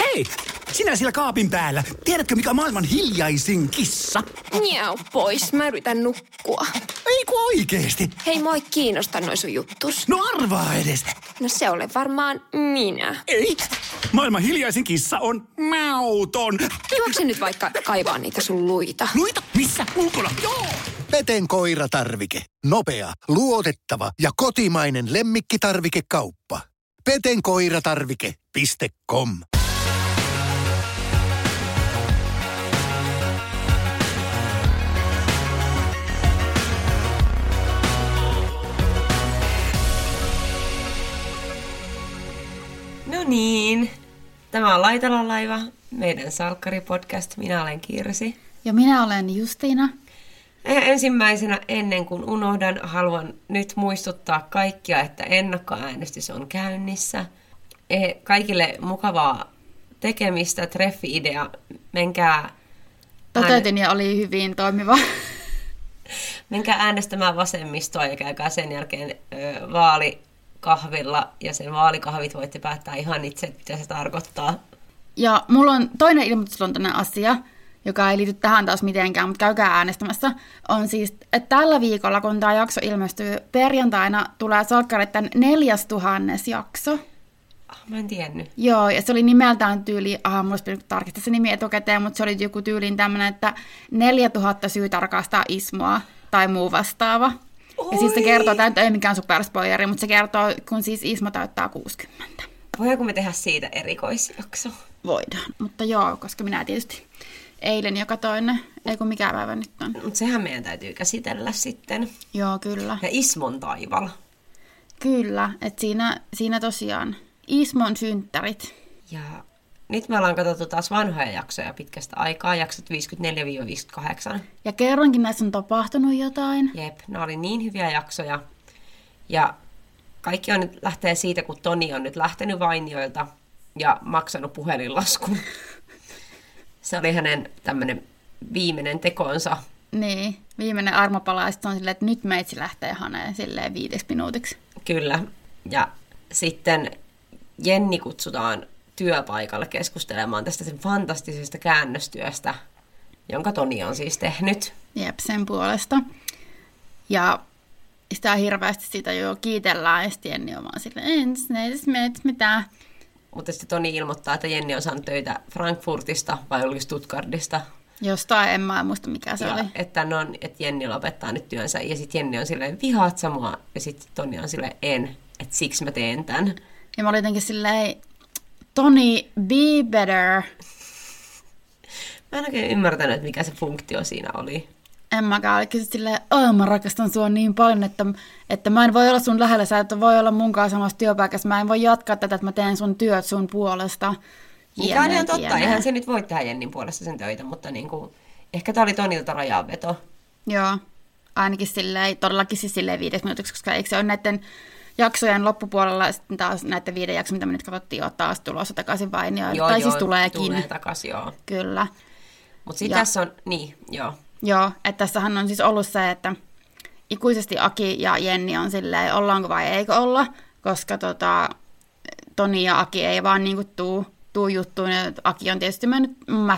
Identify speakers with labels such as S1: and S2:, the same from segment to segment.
S1: Hei, sinä siellä kaapin päällä. Tiedätkö, mikä on maailman hiljaisin kissa?
S2: Miau pois, mä yritän nukkua.
S1: Ei kun oikeesti.
S2: Hei, mua ei kiinnosta noi sun juttus.
S1: No arvaa edes.
S2: No se ole varmaan minä.
S1: Ei. Maailman hiljaisin kissa on mauton.
S2: Juokse nyt vaikka kaivaa niitä sun luita.
S1: Luita? Missä? Ulkona? Joo!
S3: Peten koiratarvike. Nopea, luotettava ja kotimainen lemmikkitarvikekauppa. petenkoiratarvike.com.
S4: No niin, tämä on Laitalan laiva, meidän salkkaripodcast. Minä olen Kirsi.
S5: Ja minä olen Justiina.
S4: Ensimmäisenä ennen kuin unohdan, haluan nyt muistuttaa kaikkia, että ennakkoäänestys on käynnissä. Kaikille mukavaa tekemistä, treffi-idea. Menkää
S5: Toteutin ja oli hyvin toimiva.
S4: Menkää äänestämään vasemmistoa ja käykää sen jälkeen vaalikahvilla. Ja sen vaalikahvit voitte päättää ihan itse, mitä se tarkoittaa.
S5: Ja mulla on toinen ilmoitusluontoinen asia, joka ei liity tähän taas mitenkään, mutta käykää äänestämässä, on siis, että tällä viikolla, kun tämä jakso ilmestyy perjantaina, tulee Salkkareiden 4000 jakso.
S4: Mä en tiennyt.
S5: Joo, ja se oli nimeltään tyyli, mulla olisi pitänyt tarkistaa se nimi etukäteen, mutta se oli joku tyyliin tämmöinen, että 4000 syytä rakastaa Ismoa tai muu vastaava. Oi. Ja siis se kertoo, tämä ei mikään superspoileri, mutta se kertoo, kun siis Ismo täyttää 60.
S4: Voidaanko me tehdä siitä erikoisjakso?
S5: Voidaan, mutta joo, koska minä tietysti eilen joka toinen, ei kun mikä päivä nyt on.
S4: Mutta sehän meidän täytyy käsitellä sitten.
S5: Joo, kyllä.
S4: Ja Ismon taival.
S5: Kyllä, että siinä tosiaan Ismon synttärit.
S4: Ja nyt me ollaan katsottu taas vanhoja jaksoja pitkästä aikaa, jaksot 54-58.
S5: Ja kerrankin näissä on tapahtunut jotain.
S4: Jep, ne oli niin hyviä jaksoja. Ja kaikki on nyt lähtee siitä, kun Toni on nyt lähtenyt Vainioilta ja maksanut puhelinlaskun. Se oli hänen tämmöinen viimeinen tekonsa.
S5: Niin, viimeinen armopala, ja on silleen, että nyt meitsi lähtee haneen silleen 5 minuutiksi.
S4: Kyllä, ja sitten Jenni kutsutaan työpaikalle keskustelemaan tästä sen fantastisesta käännöstyöstä, jonka Toni on siis tehnyt.
S5: Jep, sen puolesta. Ja sitä hirveästi siitä jo kiitellään, ja sitten Jenni on vaan silleen, ei mitään.
S4: Mutta sitten Toni ilmoittaa, että Jenni on saanut töitä Frankfurtista vai oliko Stuttgartista.
S5: Jostain, en mä muista mikä se oli.
S4: Että Jenni lopettaa nyt työnsä. Ja sitten Jenni on silleen, vihaat sä mua? Ja sitten Toni on silleen, että siksi mä teen tämän.
S5: Ja mä olin jotenkin silleen, Toni, be better.
S4: Mä en oikein ymmärtänyt, että mikä se funktio siinä oli.
S5: En mäkään, olikin silleen, mä rakastan sua niin paljon, että mä en voi olla sun lähellä, sä et voi olla munkaan samassa työpaikassa, mä en voi jatkaa tätä, että mä teen sun työt sun puolesta.
S4: Mikä on totta, eihän se nyt voi tehdä Jennin puolesta sen töitä, mutta niinku, ehkä tää oli Tonilta rajanveto.
S5: Joo, ainakin silleen, todellakin siis silleen 5 minuutiksi, koska eikö se ole näiden jaksojen loppupuolella, sitten taas näiden 5 jaksoja, mitä me nyt katsottiin, on taas tulossa takaisin Vainioille. Tai siis tuleekin.
S4: Tulee takaisin, joo.
S5: Kyllä.
S4: Mutta sitten tässä on, niin, joo.
S5: Joo, että tässähän on siis ollut se, että ikuisesti Aki ja Jenni on silleen, ollaanko vai eikö olla, koska Toni ja Aki ei vaan niinku tuu juttuun. Ja Aki on tietysti mennyt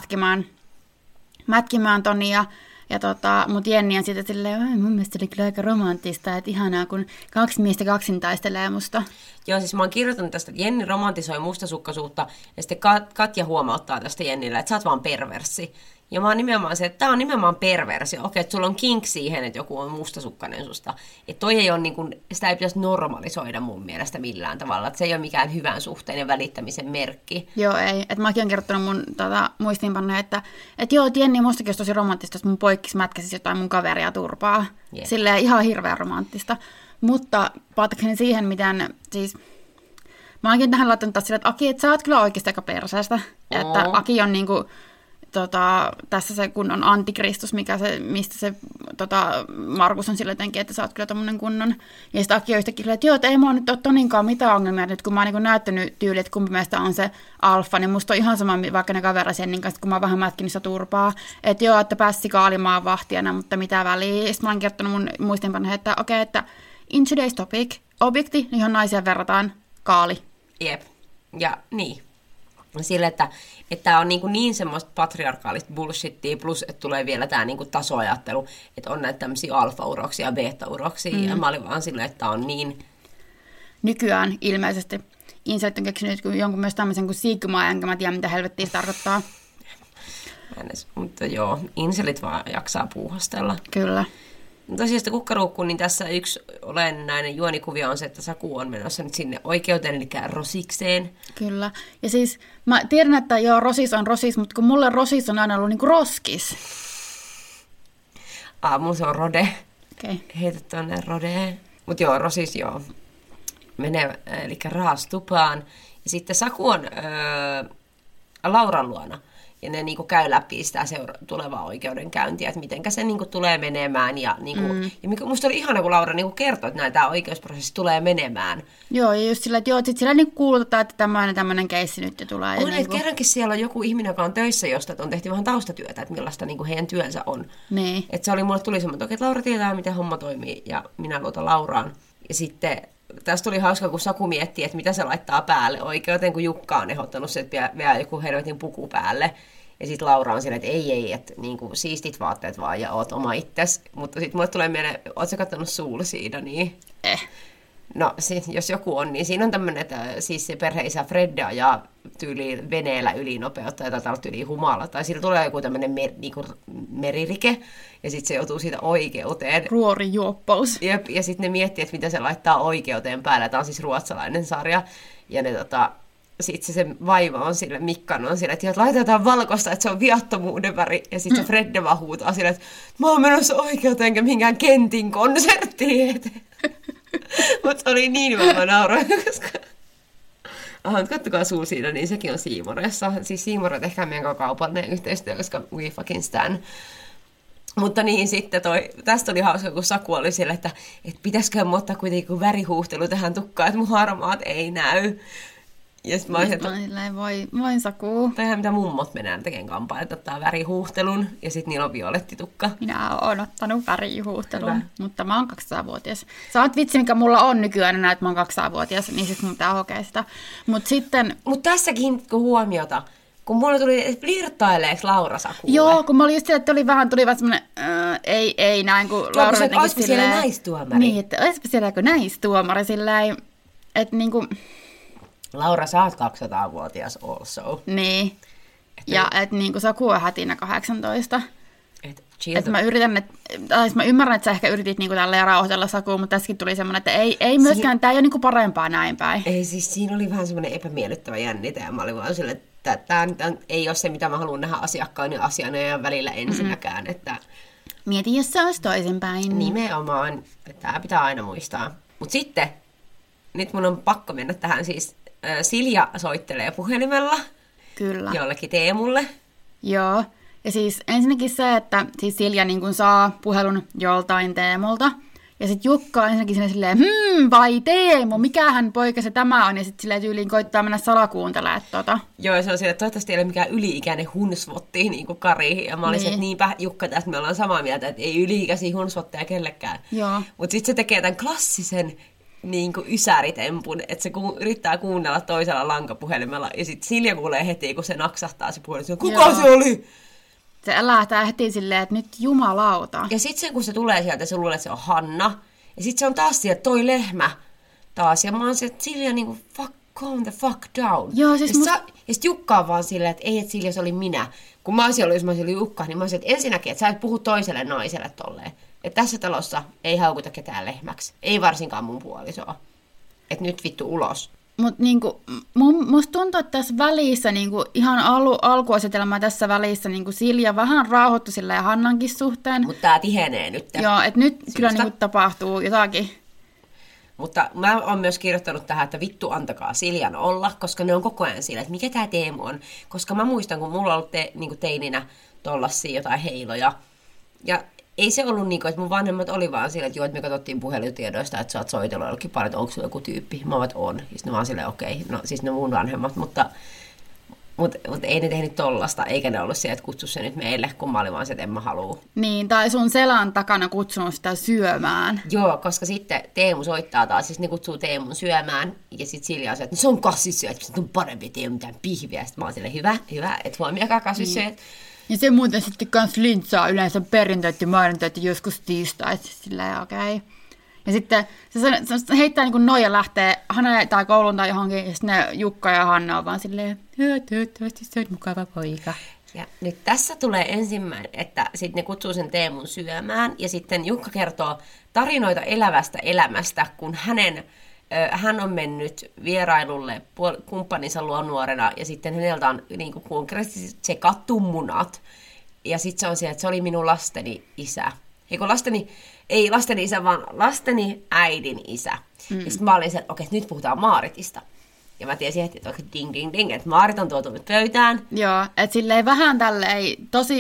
S5: mätkimään Tonia, mutta Jenni on sitten silleen, mun mielestä oli kyllä aika romanttista, että ihanaa, kun 2 miestä kaksin taistelee musta.
S4: Joo, siis mä oon kirjoittanut tästä, että Jenni romantisoi mustasukkaisuutta, ja sitten Katja huomauttaa tästä Jennille, että sä oot vaan perverssi. Ja mä oon nimenomaan se, että tää on nimenomaan perversio. Okei, että sulla on kink siihen, että joku on mustasukkainen susta. Että toi ei ole niin kuin, sitä ei pitäisi normalisoida mun mielestä millään tavalla. Että se ei ole mikään hyvän suhteen ja välittämisen merkki.
S5: Joo, ei. Että mäkin oon kertonut mun muistiinpannoja, että joo, Jenni mustakin olisi tosi romanttista, että mun poikkis mätkäsisi jotain mun kaveria turpaa. Yeah. Silleen ihan hirveän romanttista. Mutta paatakseni siihen, miten siis mä oonkin tähän laittanut taas silleen, että Aki, että sä oot kyllä oikeasti aika perseestä. Että Aki on niinku tässä se kunnon antikristus, mistä se Markus on sille jotenkin, että sä oot kyllä tommonen kunnon. Ja sitten Aki on yhtäkkiä, että joo, että ei mua nyt ole Toninkaan mitään ongelmia, nyt kun mä oon niin näyttänyt tyyli, että kumpi meistä on se alfa, niin musta on ihan sama, vaikka ne kaveraa sen kanssa, kun mä oon vähän mätkinyt sitä turpaa. Että joo, että pääsi kaalimaan vahtijana, mutta mitä väliä. Sitten mä oon kertonut mun muistiinpanoihin, että okei, että in today's topic, objekti, johon naisia verrataan, kaali.
S4: Jep, ja niin. Sille, että tämä on niin semmoista patriarkaalista bullshittia, plus että tulee vielä tämä tasoajattelu, että on näitä tämmöisiä alfa-uroksia ja beta-uroksia, ja mä olin vaan silleen, että tämä on niin...
S5: Nykyään ilmeisesti Insight on keksinyt jonkun myös tämmöisen kuin Sigma, enkä mä tiedä, mitä helvettiä se tarkoittaa.
S4: Mutta joo, inselit vaan jaksaa puuhastella.
S5: Kyllä.
S4: Tosiaan sitä kukkaruukkuun, niin tässä yksi olennainen juonikuvio on se, että Saku on menossa nyt sinne oikeuteen, eli Rosikseen.
S5: Kyllä. Ja siis mä tiedän, että joo, Rosis on Rosis, mutta kun mulle Rosis on aina ollut niinku roskis.
S4: Mulla se on Rode.
S5: Okay.
S4: Heitä tuonne Rodeen. Mutta joo, Rosis joo. Menee, eli raastupaan. Ja sitten Saku on Lauran luona. Ja ne käy läpi sitä tulevaa oikeudenkäyntiä, että mitenkä se tulee menemään. Ja musta oli ihana, kun Laura kertoi, että tämä oikeusprosessi tulee menemään.
S5: Joo, ja just sillä, että sit sillä kuulutetaan, että tämmöinen keissi nyt jo tulee.
S4: On, että kerrankin siellä on joku ihminen, joka on töissä, josta on tehty vähän taustatyötä, että millaista heidän työnsä on.
S5: Niin.
S4: Että se oli, mulle tuli semmoinen, että Laura tietää, miten homma toimii, ja minä luotan Lauraan. Ja sitten... Tästä tuli hauska, kun Saku miettii, että mitä se laittaa päälle oikeuteen, kun Jukka on ehdottanut se, että vielä joku helvetin puku päälle. Ja sitten Laura on silleen, että ei, että siistit vaatteet vaan ja oot oma itsesi. Mutta sitten mulle tulee mieleen, oot sä kattonut Soul-Seedania? No, jos joku on, niin siinä on tämmöinen, että siis se perheisä Fredda ajaa tyyliin veneellä ylinopeutta, jota täällä tyyliin humala. Tai sillä tulee joku tämmöinen meririke, ja sitten se joutuu siitä oikeuteen.
S5: Ruorijuoppaus.
S4: Jep, ja sitten ne miettii, että mitä se laittaa oikeuteen päälle. Tämä on siis ruotsalainen sarja. Ja ne sitten se vaiva on sille, Mikkan on sille, että laitetaan valkoista, että se on viattomuuden väri. Ja sitten se Fredde vaan huutaa sille, että mä oon menossa oikeuteen enkä minkään Kentin konserttiin eteen. Mutta oli niin hyvä, mä nauroin, koska... kattokaa Soul-Seedania, niin sekin on Siimoressa. Siis Siimora tehkää meidän kaupallinen yhteistyö, koska we fucking stand. Mutta niin sitten tästä oli hauska, kun Saku oli sille, että pitäisikö mä ottaa kuitenkin värihuuhtelu tähän tukkaan, että mun harmaat ei näy. Ja sitten mä olisin, että...
S5: Voin Saku.
S4: Tai ihan mitä mummot menee tekemään kampaa, että ottaa värihuhtelun ja sitten niillä on violettitukka.
S5: Minä oon ottanut värihuhtelun, mutta mä oon 200-vuotias. Sä oot vitsi, mikä mulla on nykyään, että mä oon 200-vuotias, niin sit mun pitää hokea sitä.
S4: Mutta tässäkin huomiota, kun mulla tuli, flirttaileeks Laura Sakulle?
S5: Joo, kun mä olin just sillä, että tuli vähän semmoinen, ei näin, kun Laura jotenkin
S4: olisipa siellä näistuomari.
S5: Niin, että olisipa siellä joku näistuomari silleen, että niinku...
S4: Laura, sä oot 200-vuotias also.
S5: Niin. Ja että niinku Saku on hätinä 18. Että mä yritän, mä ymmärrän, että sä ehkä yritit niinku tälleen rauhoitella Sakua, mutta tässäkin tuli semmoinen, että ei myöskään, tää ei ole niinku parempaa näin päin.
S4: Ei, siis siinä oli vähän semmoinen epämiellyttävä jännite, ja mä olin vaan silleen, että tämä ei ole se, mitä mä haluan nähdä asiakkaan ja asianajan välillä ensinnäkään. Että...
S5: Mieti, jos se olisi toisinpäin.
S4: Nimenomaan. Tämä pitää aina muistaa. Mutta sitten, nyt mun on pakko mennä tähän siis... Silja soittelee puhelimella.
S5: Kyllä.
S4: Jollekin Teemulle.
S5: Joo. Ja siis ensinnäkin se, että siis Silja niin kun saa puhelun joltain Teemulta. Ja sitten Jukka on ensinnäkin silleen, vai Teemu, mikähän poika se tämä on? Ja sitten silleen tyyliin koittaa mennä salakuuntelemaan
S4: Joo, se on silleen, että toivottavasti ei ole mikään yli-ikäinen hunsvotti, niin kuin Kari. Ja mä olisin, että niinpä Jukka tästä me ollaan samaa mieltä, että ei yli-ikäisiä hunsvotteja kellekään. Mutta sitten se tekee tämän klassisen... niin kuin ysäritempun, että se yrittää kuunnella toisella lankapuhelimella, ja sitten Silja kuulee heti, kun se naksahtaa se puhelin, kuka se oli?
S5: Se lähtee heti silleen, että nyt jumalauta.
S4: Ja sitten kun se tulee sieltä, se luulee, että se on Hanna, ja sitten se on taas sieltä, toi lehmä taas, ja mä oon se, että Silja niinku, calm the fuck down.
S5: Joo, siis
S4: ja sitten Jukka on vaan silleen, että ei, että Silja, se oli minä. Kun mä olisin ollut, jos mä olisin ollut Jukka, niin mä olisin, että ensinnäkin, että sä et puhu toiselle naiselle tolleen. Että tässä talossa ei haukuta ketään lehmäksi. Ei varsinkaan mun puolisoa. Että nyt vittu ulos.
S5: Mutta niinku, musta tuntuu, että tässä välissä, niinku, ihan alkuasetelma tässä välissä, niinku Silja vähän rauhoittui sillä ja Hannankin suhteen.
S4: Mutta tää tihenee nyt.
S5: Joo, että nyt kyllä niinku tapahtuu jotakin.
S4: Mutta mä oon myös kirjoittanut tähän, että vittu antakaa Siljan olla, koska ne on koko ajan sillä, että mikä tää Teemu on. Koska mä muistan, kun mulla on ollut niinku teininä tollasia jotain heiloja. Ja ei se ollut niin kuin, että mun vanhemmat oli vaan sillä, että joo, että me katsottiin puhelintiedoista, että sä oot soitellut jollekin paljon, että onko sulla joku tyyppi. Mä oon, on. Ja sitten ne vaan silleen, okei, no siis ne mun vanhemmat, mutta Mutta ei ne tehnyt tollasta, eikä ne ollut siellä, että kutsu se nyt meille, kun mä olin vaan se, että en mä halua.
S5: Niin, tai sun selän takana kutsunut sitä syömään.
S4: Joo, koska sitten Teemu soittaa taas, siis ne kutsuu Teemun syömään, ja sitten Silja on se, että no, se on kasvissyöjä, että se on parempi, että ei ole mitään pihviä. Sitten mä oon silleen, hyvä, että huomioikaa kasvissyöjät.
S5: Ja se muuten sitten kans lintsaa yleensä perjantait ja maanantait ja joskus tiistait, silleen okei. Ja sitten se heittää niin kuin noja lähtee Hanna tai kouluun tai johonkin, ja sitten ne Jukka ja Hanna on vaan silleen, toivottavasti se on mukava poika.
S4: Ja nyt tässä tulee ensimmäinen, että sitten ne kutsuu sen Teemun syömään, ja sitten Jukka kertoo tarinoita elävästä elämästä, kun hän on mennyt vierailulle kumppaninsa luo nuorena, ja sitten häneltä on niin kuin konkreettisesti se munat. Ja sitten se on siellä, että se oli minun lasteni isä. Ei lasteni isä, vaan lasteni äidin isä. Ja sitten mä olin se, että okei, nyt puhutaan Maaritista. Ja mä tiesin, että okei, ding, ding, ding, että Maarit on tuotu nyt pöytään.
S5: Joo, että silleen vähän tälleen,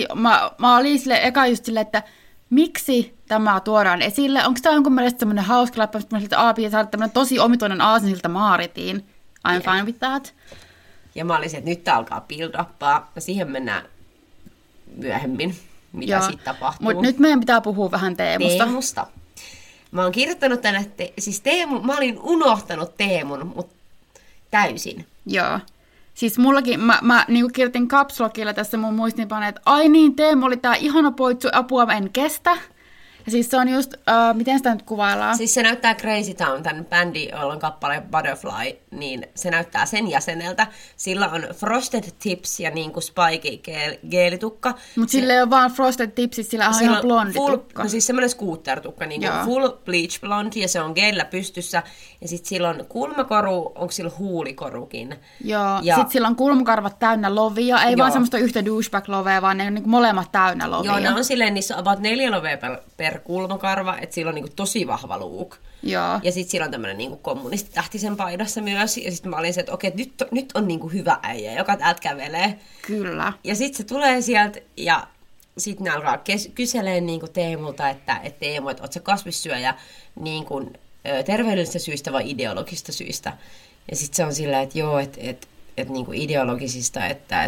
S5: mä olin silleen eka just silleen, että miksi tämä tuodaan esille? Onko tämä jonkun mielestä semmoinen hauska läppä, että saada tämmöinen tosi omituinen aasinsilta Maaritiin? I'm fine with that.
S4: Ja mä olin se, että nyt tää alkaa build-uppaa. Ja siihen mennään myöhemmin, mitä sitten tapahtuu.
S5: Mutta nyt meidän pitää puhua vähän
S4: Teemusta. Mä oon kirjoittanut tänne, siis mä olin unohtanut Teemun, mutta täysin.
S5: Joo. Siis mullakin, mä niinku kirjoitin Caps Lockilla tässä mun muistinpaneen, että ai niin, Teemu oli tää ihana poitsu, apua mä en kestä. Ja siis se on just, miten sitä nyt kuvaillaan?
S4: Siis se näyttää Crazy Town, tämän bändin, jolla on kappale Butterfly, niin se näyttää sen jäseneltä. Sillä on frosted tips ja niinku spiky geelitukka.
S5: Mutta sillä ei ole vaan frosted tipsit, sillä on ihan blondi tukka.
S4: No siis semmoinen scooter-tukka, niinku full bleach blonde, ja se on geelillä pystyssä. Ja sit sillä on kulmakoru, onko sillä huulikorukin?
S5: Joo, ja sit sillä on kulmakarvat täynnä lovia, ei vaan semmoista yhtä douchebag-lovea, vaan ne on niinku molemmat täynnä lovia.
S4: Joo, ne on silleen, niissä on about 4 lovea per kulmakarva, että sillä on niinku tosi vahva look.
S5: Joo.
S4: Ja sitten sillä on tämmöinen niinku kommunistitähtisen paidassa myös. Ja sitten mä olin se, että okei, nyt on niinku hyvä äijä, joka täältä kävelee.
S5: Kyllä.
S4: Ja sitten se tulee sieltä ja sitten ne alkaa kyselemään niinku Teemulta, että Teemu, että oot sä kasvissyöjä niinku, terveydellisistä syistä vai ideologisista syistä. Ja sitten se on sillä, että joo, että niinku ideologisista, että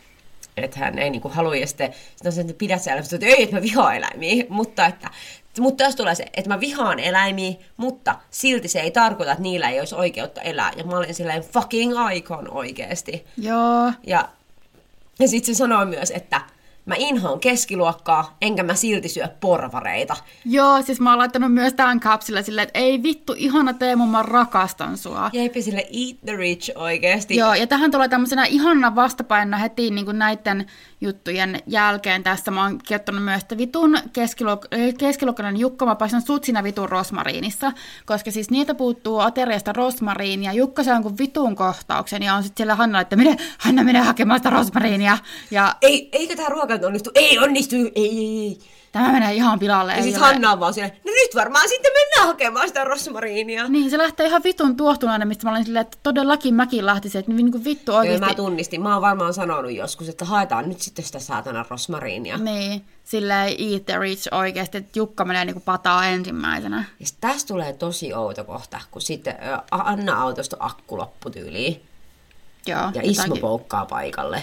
S4: hän ei niinku halua, ja sitten on se, että pidät siellä, että ei, että mä vihaan eläimiä, mutta jos tulee se, että mä vihaan eläimiä, mutta silti se ei tarkoita, että niillä ei olisi oikeutta elää. Ja mä olin silleen fucking icon oikeesti.
S5: Joo.
S4: Ja sitten se sanoo myös, että mä inhoan keskiluokkaa, enkä mä silti syö porvareita.
S5: Joo, siis mä oon laittanut myös tämän kapsilla silleen, että ei vittu, ihana Teemu, mä rakastan sua.
S4: Jeipi sille eat the rich oikeesti.
S5: Joo, ja tähän tulee tämmöisenä ihana vastapainona heti niin kuin näiden juttujen jälkeen. Tässä mä oon kirjoittanut myös, että vitun keskiluokkainen Jukka, mä paisan sut siinä vitun rosmariinissa, koska siis niitä puuttuu ateriasta rosmariinia. Jukka saa jonkun vitun kohtauksen ja on sitten siellä Hannalla, että Hanna menee hakemaan sitä rosmariinia. Ja
S4: eikö tää ruoka onnistu? Ei onnistu, ei.
S5: Tämä menee ihan pilalle.
S4: Ja sitten Hanna on vaan silleen, no nyt varmaan sitten mennään hakemaan sitä rosmariinia.
S5: Niin, se lähtee ihan vitun tuohtuneena, mistä mä olin silleen, että todellakin mäkin lähtisin, että niin kuin vittu oikeasti.
S4: Joo, mä tunnistin. Mä oon varmaan sanonut joskus, että haetaan nyt sitten sitä saatana rosmariinia.
S5: Niin, silleen eat the rich oikeasti, että Jukka menee niin kuin pataa ensimmäisenä.
S4: Ja tästä tulee tosi outo kohta, kun sitten Anna autosta akku lopputyyliin.
S5: Joo.
S4: Ja Ismo poukkaa paikalle.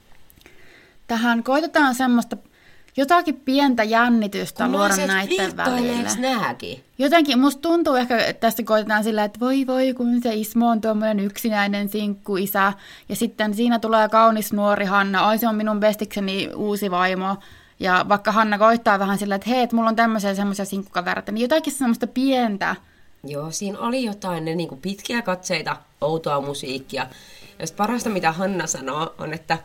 S5: Tähän koitetaan semmoista jotakin pientä jännitystä luoda näiden välillä.
S4: Nääkin?
S5: Jotenkin, musta tuntuu ehkä, että tästä koitetaan sillä, että voi, kun se Ismo on tuommoinen yksinäinen sinkkuisä. Ja sitten siinä tulee kaunis nuori Hanna, ai se on minun bestikseni uusi vaimo. Ja vaikka Hanna koittaa vähän sillä, että hei, että mulla on tämmöisiä ja semmoisia sinkkukavereita, niin jotakin semmoista pientä.
S4: Joo, siinä oli jotain, ne niinku pitkiä katseita, outoa musiikkia. Ja parasta, mitä Hanna sanoo, on, että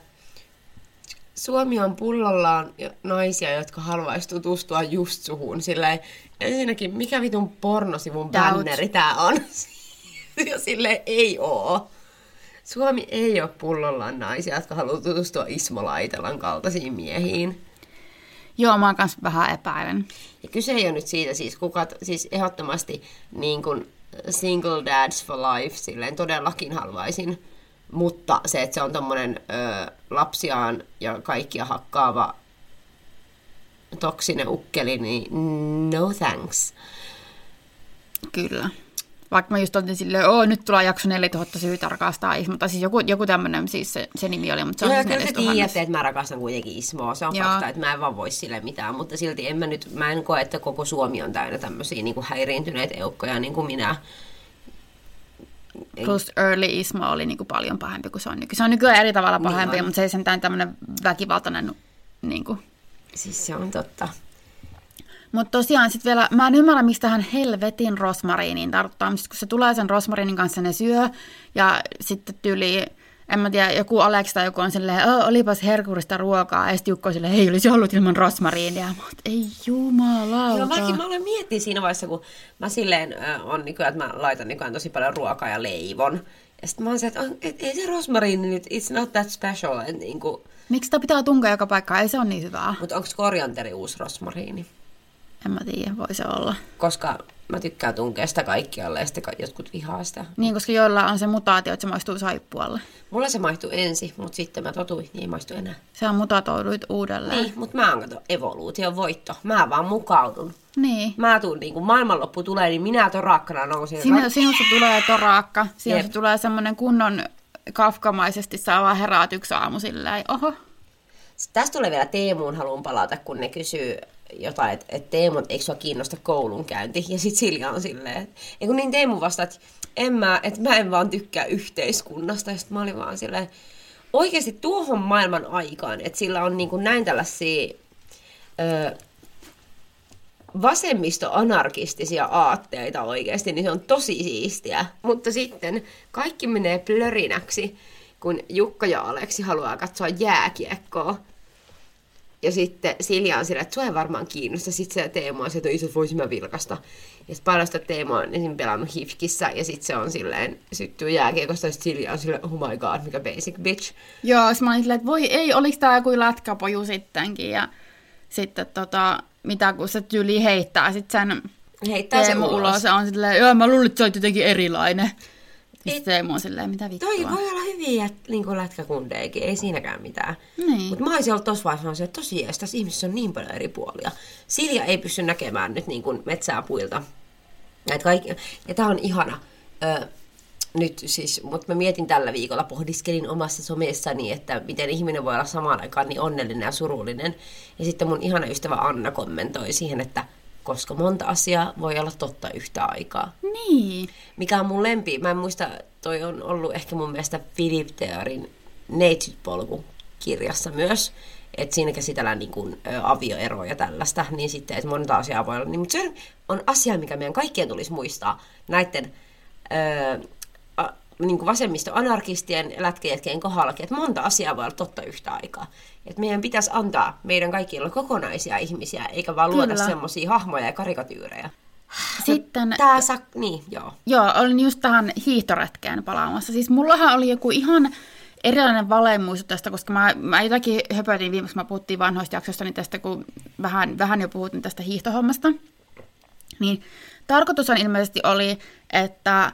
S4: Suomi on pullollaan naisia, jotka haluaisi tutustua just suhun. Silleen, ensinnäkin, mikä vitun pornosivun bänneri tää on? Ja silleen ei oo. Suomi ei ole pullollaan naisia, jotka haluaa tutustua Ismo Laitelan kaltaisiin miehiin.
S5: Joo, mä kans vähän epäilen.
S4: Ja kyse ei ole nyt siitä, siis ehdottomasti niin kuin single dads for life, silleen todellakin haluaisin. Mutta se, että se on tommonen lapsiaan ja kaikkia hakkaava toksinen ukkeli, niin no thanks.
S5: Kyllä. Vaikka mä just olin silleen, nyt tulee jakso 4000 syytä rakastaa Ismoa. Tai siis joku tämmöinen siis se nimi oli, mutta se on siis 4000.
S4: Kyllä sä tiedätte, että mä rakastan kuitenkin Ismoa. Se on fakta, että mä en vaan voi sille mitään. Mutta silti mä en koe, että koko Suomi on täynnä tämmöisiä niin kuin häiriintyneitä eukkoja niin kuin minä.
S5: Plus early Ismo oli niin kuin paljon pahempi kuin se on nykyään. Se on nykyään eri tavalla pahempi, niin mutta se ei sentään tämmöinen väkivaltainen. Niin kuin.
S4: Siis se on totta.
S5: Mutta tosiaan sitten vielä, mä en ymmärrä, mistä hän helvetin rosmariiniin tartuttaa, mutta kun se tulee sen rosmariinin kanssa, ne syö, ja sitten tyyli, en mä tiedä, joku Alex tai joku on silleen, olipas herkurista ruokaa, ja sitten Jukka on silleen, hei, olisi ollut ilman rosmariinia. Mä oon, ei jumalauta.
S4: Joo, mä olen miettinyt siinä vaiheessa, kun mä silleen on nykyään, että mä laitan nykyään tosi paljon ruokaa ja leivon. Ja sitten mä oon se, että ei se rosmariini nyt, it's not that special. Niin kuin.
S5: Miksi sitä pitää tunkea joka paikkaan? Ei se ole niin hyvää.
S4: Mutta onko korianteri uusi rosmariini?
S5: En mä tiedä, voi se olla.
S4: Koska mä tykkään tunkea sitä kaikkialle ja sitten jotkut vihaa sitä.
S5: Niin, koska joilla on se mutaatio, että se maistuu saippualle.
S4: Mulla se maistuu ensin, mutta sitten mä totuin, niin ei maistu enää.
S5: Sä mutatoiduit uudelleen.
S4: Niin, mutta mä oon kato evoluution voitto. Mä vaan mukaudun.
S5: Niin.
S4: Mä tuun, niin kun maailmanloppu tulee, niin minä torakkana nousin.
S5: Sinusta tulee torakka. Sinusta tulee semmoinen kunnon kafkamaisesti, sä vaan heräät yksi aamu silleen, oho.
S4: Tästä tulee vielä Teemuun, haluan palata, kun ne kysyy jotain, että Teemu, eikö sua kiinnosta koulunkäynti? Ja sit Silja on silleen, että kun niin Teemu vastaa, että mä en vaan tykkää yhteiskunnasta. Ja sit mä olin vaan silleen, oikeasti tuohon maailman aikaan, että sillä on niin kuin näin tällaisia vasemmistoanarkistisia aatteita oikeasti, niin se on tosi siistiä. Mutta sitten kaikki menee plörinäksi, kun Jukka ja Aleksi haluaa katsoa jääkiekkoa. Ja sitten Silja on sillä, että sua ei varmaan kiinnosta. Sitten se Teemu on se, että itse voisin mä vilkasta. Ja sitten paljon sitä Teemu on esim. Pelannut Hifkissä. Ja sitten se on silleen, syttyy jääkiekosta. Ja sitten Silja on silleen, oh my god, mikä basic bitch.
S5: Joo, mä olin silleen, että voi ei, oliks tää joku lätkäpoju sittenkin. Ja sitten mitä kun se tyyli heittää sitten sen Teemu ulos. Se on silleen, joo mä luulin, että sä oot jotenkin erilainen. Sitten Teemu on silleen, mitä vittua.
S4: Toi voi olla hyviä niin lätkäkundeikin, ei siinäkään mitään.
S5: Niin.
S4: Mutta mä olisin ollut tossa vaiheessa, että tosi jees, tässä ihmisessä on niin paljon eri puolia. Silja ei pysty näkemään nyt niin kuin metsää puilta. Ja tää on ihana. Nyt siis, mutta mä mietin tällä viikolla, pohdiskelin omassa somessani, että miten ihminen voi olla samaan aikaan niin onnellinen ja surullinen. Ja sitten mun ihana ystävä Anna kommentoi siihen, että koska monta asiaa voi olla totta yhtä aikaa.
S5: Niin.
S4: Mikä on mun lempi. Mä en muista, toi on ollut ehkä mun mielestä Philip Theorin Neitsyt-polku kirjassa myös. Että siinä käsitellään niin kuin avioeroa ja tällaista. Niin sitten, että monta asiaa voi olla. Niin, mutta se on asia, mikä meidän kaikkien tulisi muistaa näiden niin kuin vasemmisto-anarkistien lätkäjätkien kohdallakin, että monta asiaa voi olla totta yhtä aikaa. Että meidän pitäisi antaa meidän kaikilla kokonaisia ihmisiä, eikä vaan luoda semmoisia hahmoja ja karikatyyrejä.
S5: Sitten,
S4: niin, joo.
S5: Joo, olin just tähän hiihtoretkeen palaamassa. Siis mullahan oli joku ihan erilainen valemuistu tästä, koska mä jotakin höpötin viimeksi, kun mä puhuttiin vanhoista jaksoista, niin tästä, kun vähän jo puhuttiin tästä hiihtohommasta. Niin tarkoitus on ilmeisesti oli, että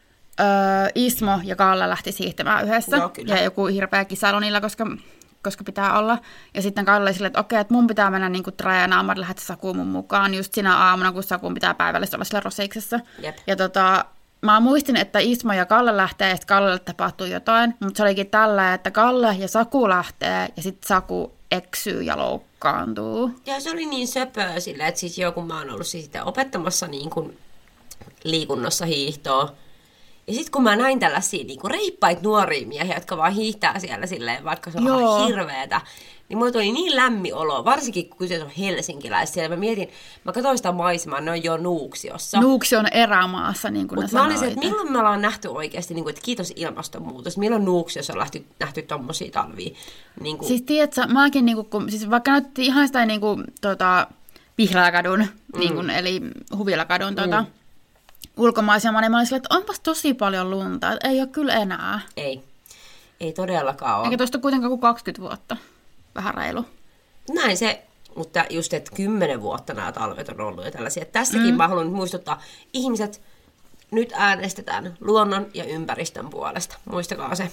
S5: Ismo ja Kalle lähti hiihtämään yhdessä.
S4: Joo,
S5: ja joku hirveä kisailu niillä, koska pitää olla. Ja sitten Kalle oli silleen, että okei, että mun pitää mennä niin kuin treenaamaan, että lähdet Sakuun mun mukaan just sinä aamuna, kun Sakuun pitää päivällistä olla siellä Rosiksessa.
S4: Jep.
S5: Ja mä muistin, että Ismo ja Kalle lähtee, ja sitten Kallelle tapahtuu jotain, mutta se olikin tällä, että Kalle ja Saku lähtee, ja sitten Saku eksyy ja loukkaantuu.
S4: Ja se oli niin söpöä sillä, että siis kun mä oon ollut sitä opettamassa niin kuin liikunnassa hiihtoa, ja sitten kun mä näin tällaisia niin kuin reippaita nuoria miehiä, jotka vaan hiihtää siellä silleen, vaikka se on ihan hirveetä, niin mulla tuli niin lämmin olo, varsinkin kun se on helsinkiläistä. Siellä mä katsoin sitä maisemaa, ne on jo Nuuksiossa.
S5: Nuuksio on erämaassa, niin kuin ne
S4: sanoo. Mutta mä olin se, että milloin me ollaan nähty oikeasti, niin kuin, että kiitos ilmastonmuutos, milloin Nuuksiossa on nähty tommosia talvia. Niin kuin.
S5: Siis tiedätkö, mäkin, niin kuin, siis vaikka näytti ihan sitä niin kuin, Pihlakadun, niin kuin, eli Huvilakadun ulkomaisia, niin mä olin silleen, että onpas tosi paljon lunta, että ei ole kyllä enää.
S4: Ei todellakaan ole.
S5: Eikä tuosta kuitenkaan kuin 20 vuotta. Vähän reilu.
S4: Näin se, mutta just, että 10 vuotta nämä talvet on ollut ja tällaisia. Tässäkin mä haluan muistuttaa, ihmiset, nyt äänestetään luonnon ja ympäristön puolesta. Muistakaa se.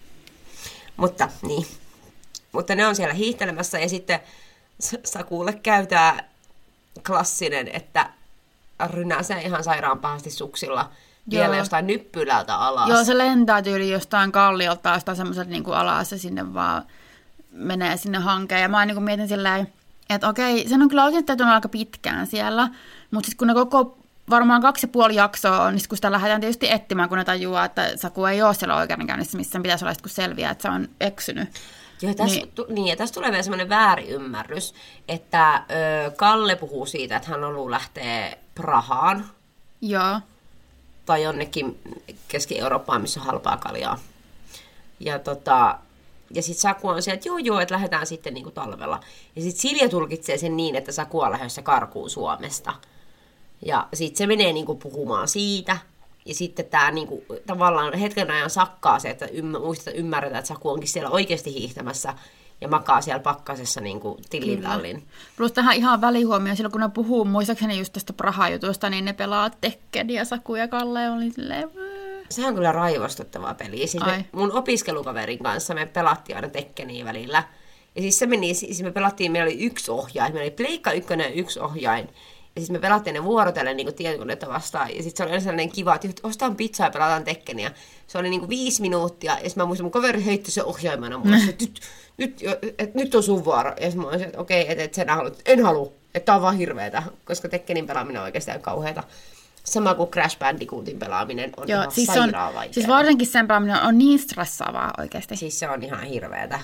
S4: Mutta niin. Mutta ne on siellä hiihtelemässä ja sitten Sakulle käytää klassinen, että rynäsee ihan sairaan pahasti suksilla vielä jostain nyppylältä alas.
S5: Joo, se lentää tyyli jostain kalliolta, jostain semmoiselta niin kuin alas ja sinne vaan menee sinne hankeen. Ja mä niin kuin mietin silleen, että okei, sen on kyllä oikein täytynyt aika pitkään siellä, mutta sitten kun ne koko varmaan 2,5 jaksoa on, niin kun sitä lähdetään tietysti etsimään, kun ne tajuaa, että Saku ei ole siellä oikeudenkäynnissä, missä pitäisi olla, kun selviää, että se on eksynyt.
S4: Joo, ja tässä tulee vielä semmoinen väärinymmärrys, että Kalle puhuu siitä, että hän haluaa lähteä Prahaan.
S5: Joo.
S4: Tai jonnekin Keski-Eurooppaan, missä on halpaa kaljaa. Ja sitten Saku on se, että joo, että lähdetään sitten niinku talvella. Ja sitten Silja tulkitsee sen niin, että Saku on lähdössä karkuun Suomesta. Ja sitten se menee niinku puhumaan siitä. Ja sitten tämä niinku, tavallaan hetken ajan sakkaa se, että ymmärretään, että Saku onkin siellä oikeasti hiihtämässä ja makaa siellä pakkasessa niinku tillintallin.
S5: Plus tähän ihan välihuomioon, silloin kun ne puhuu muistaakseni just tästä Praha-jutusta, niin ne pelaa Tekken ja Saku ja Kalle oli silleen...
S4: Sehän on kyllä raivostuttavaa peliä. Siis mun opiskelukaverin kanssa me pelattiin aina Tekkeniä välillä. Ja siis se meni, siis me pelattiin, meillä oli yksi ohjain. Meillä oli Pleikka 1 ja yksi ohjain. Ja siis me pelattiin ne vuorotellen niin tietokoneita vastaan. Ja sitten se oli sellainen kiva, että ostetaan pizzaa ja pelataan Tekkeniä. Se oli niin 5 minuuttia. Ja sitten mä muistan, mun kaveri heitti sen ohjaimena mulle, että nyt on sun vuoro. Ja sitten mä olisin, että okei, että sen en halua. Että tää on vaan hirveetä, koska Tekkenin pelaaminen on oikeastaan kauheata. Sama kuin Crash Bandicootin pelaaminen on ihan siis sairaan vaikeaa.
S5: Siis varsinkin sen pelaaminen on niin stressaavaa oikeasti.
S4: Siis se on ihan hirveetä.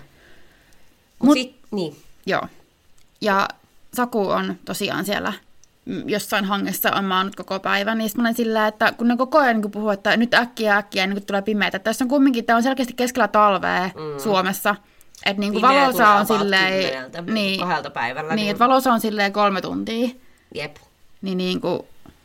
S4: Niin.
S5: Joo. Ja Saku on tosiaan siellä jossain hangessa on maannut koko päivän, niin sitten mä olen sillä, että kun ne koko ajan niin puhuu, että nyt äkkiä, niin tulee pimeätä. Tässä on kumminkin, tämä on selkeästi keskellä talvea Suomessa. Että niin valossa on silleen...
S4: Niin, 2 päivällä.
S5: Niin, että valossa on silleen 3 tuntia.
S4: Jep.
S5: Niin kuin...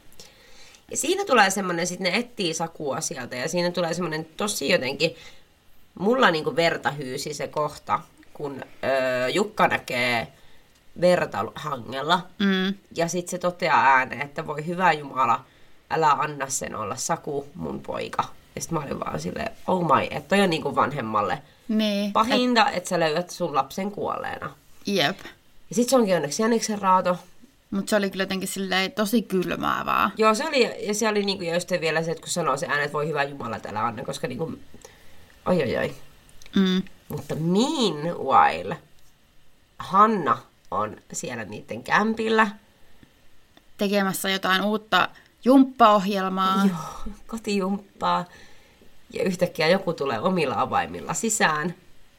S4: Ja siinä tulee semmoinen, sitten ne etsii Sakua sieltä, ja siinä tulee semmoinen tosi jotenkin, mulla niinku verta hyysi se kohta, kun Jukka näkee verta hangella, ja sitten se toteaa ääneen, että voi hyvä Jumala, älä anna sen olla Saku, mun poika. Ja sitten mä olin vaan silleen, oh my, että toi on niinku vanhemmalle
S5: niin,
S4: pahinta, että sä löydät sun lapsen kuolleena.
S5: Jep.
S4: Ja sitten se onkin onneksi jäniksen raato.
S5: Mutta se oli kyllä jotenkin silleen tosi kylmäävää.
S4: Joo, se oli, ja se oli niinku, ja sitten vielä se, että kun sanoo se ääne, että voi hyvä Jumala täällä anna, koska niinku, oi. Mutta meanwhile, Hanna on siellä niiden kämpillä.
S5: Tekemässä jotain uutta jumppaohjelmaa.
S4: Joo, kotijumppaa. Ja yhtäkkiä joku tulee omilla avaimilla sisään.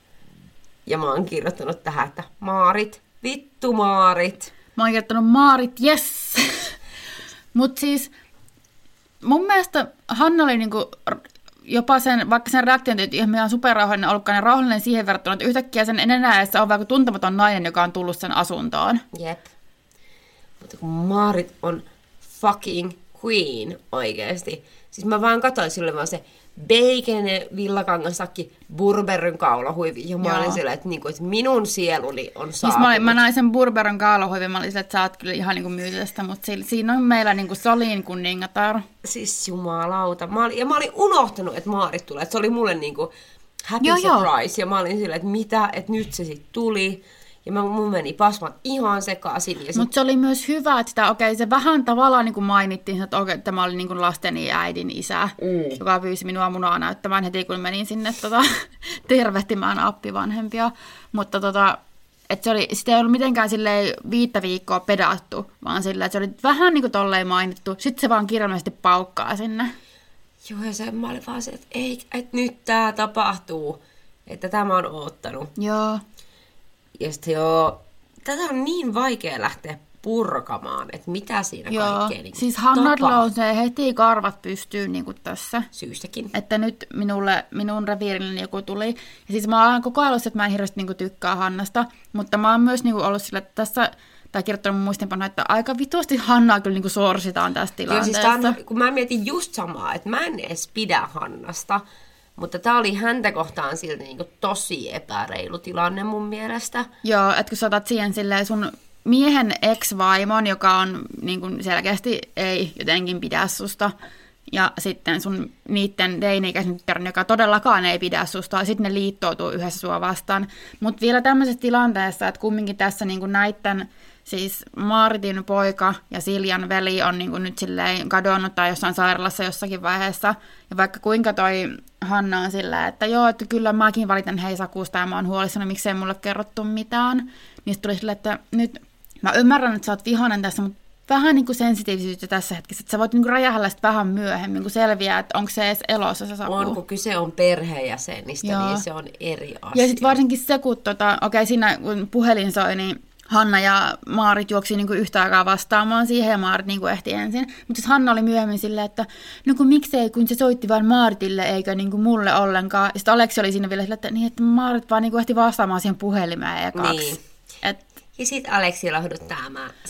S4: Ja mä oon kirjoittanut tähän, että Maarit, vittu Maarit.
S5: Mä oon kirjoittanut Maarit, yes! Mut siis mun mielestä Hanna oli niinku jopa sen, vaikka sen reaktion ei ihan superrauhallinen ollutkaan, niin rauhallinen siihen verrattuna, että yhtäkkiä sen enenäessä on vaikka tuntematon nainen, joka on tullut sen asuntoon.
S4: Jep. Mutta kun Maarit on fucking queen oikeesti. Siis mä vaan katsoin sille vaan se beikeninen villakangastakki, Burberryn kaulahuivi. Ja mä olin sillä, että minun sieluni on saapunut.
S5: Siis mä näin sen Burberryn kaulahuivin, mä olin sillä, että sä oot kyllä ihan niin myyty tästä, mutta siinä on meillä niin kuin Solin kuningatar.
S4: Siis jumalauta. Mä olin unohtanut, että Maarit tulee. Että se oli mulle niin kuin happy surprise. Ja mä olin sillä, että mitä, että nyt se sitten tuli. Ja mun meni pasmat ihan sekaisin.
S5: Mutta se oli myös hyvä, että se vähän tavallaan niin kuin mainittiin, että tämä oli niin kuin lasteni äidin isä, joka pyysi minua munaa näyttämään heti, kun menin sinne tervehtimään appivanhempia. Mutta että sitä ei ollut mitenkään 5 viikkoa pedattu, vaan silleen, että se oli vähän niin kuin tolleen mainittu. Sitten se vaan kirjallisesti paukkaa sinne.
S4: Joo, ja mä olin vaan se, että että nyt tää tapahtuu, että tämä on oottanut.
S5: Joo.
S4: Ja sitten tätä on niin vaikea lähteä purkamaan, että mitä siinä kaikkea niin
S5: siis Hannalla on se heti karvat pystyy niin kuin tässä.
S4: Syystäkin.
S5: Että nyt minun reviirilleni joku tuli. Ja siis mä oon koko ajan ollut, että mä en hirveästi niin kuin tykkää Hannasta, mutta mä oon myös niin kuin ollut sillä, että tässä, tai kirjoittanut muistinpanoja, että aika vituasti Hannaa kyllä niin kuin sorsitaan tässä tilanteessa.
S4: Joo, siis kun mä mietin just samaa, että mä en edes pidä Hannasta. Mutta tämä oli häntä kohtaan silti niin kuin tosi epäreilu tilanne mun mielestä.
S5: Joo, että kun sä otat siihen silleen sun miehen ex-vaimon, joka on niin kuin selkeästi ei jotenkin pidä susta, ja sitten sun niitten teini-ikäisen tyttären, joka todellakaan ei pidä susta, ja sitten ne liittoutuu yhdessä sua vastaan. Mutta vielä tämmöisessä tilanteessa, että kumminkin tässä niin kuin näitten siis Maaritin poika ja Siljan veli on niin kuin nyt silleen kadonnut tai jossain sairaalassa jossakin vaiheessa. Ja vaikka kuinka toi Hanna on silleen, että joo, että kyllä mäkin valitan Heisakuusta ja mä oon huolissani, miksei mulle kerrottu mitään. Niin sitten tuli silleen, että nyt mä ymmärrän, että sä oot vihainen tässä, mutta vähän niin kuin sensitiivisyyttä tässä hetkessä, että sä voit niin kuin räjähdellä sitten vähän myöhemmin, kun selviää, että onko se edes elossa se Saku.
S4: On, kun kyse on perheenjäsenistä, niin se on eri asia.
S5: Ja sitten varsinkin se, kun siinä kun puhelin soi, niin Hanna ja Maarit juoksi niin kuin yhtä aikaa vastaamaan siihen, ja Maarit niin kuin ehti ensin. Mutta siis Hanna oli myöhemmin silleen, että no kun miksei, kun se soitti vaan Maaritille eikä niin kuin mulle ollenkaan. Ja sitten Aleksi oli siinä vielä silleen, että Maarit vaan niin kuin ehti vastaamaan siihen puhelimeen ekaksi.
S4: Niin. Ja sitten Aleksi lohduttaa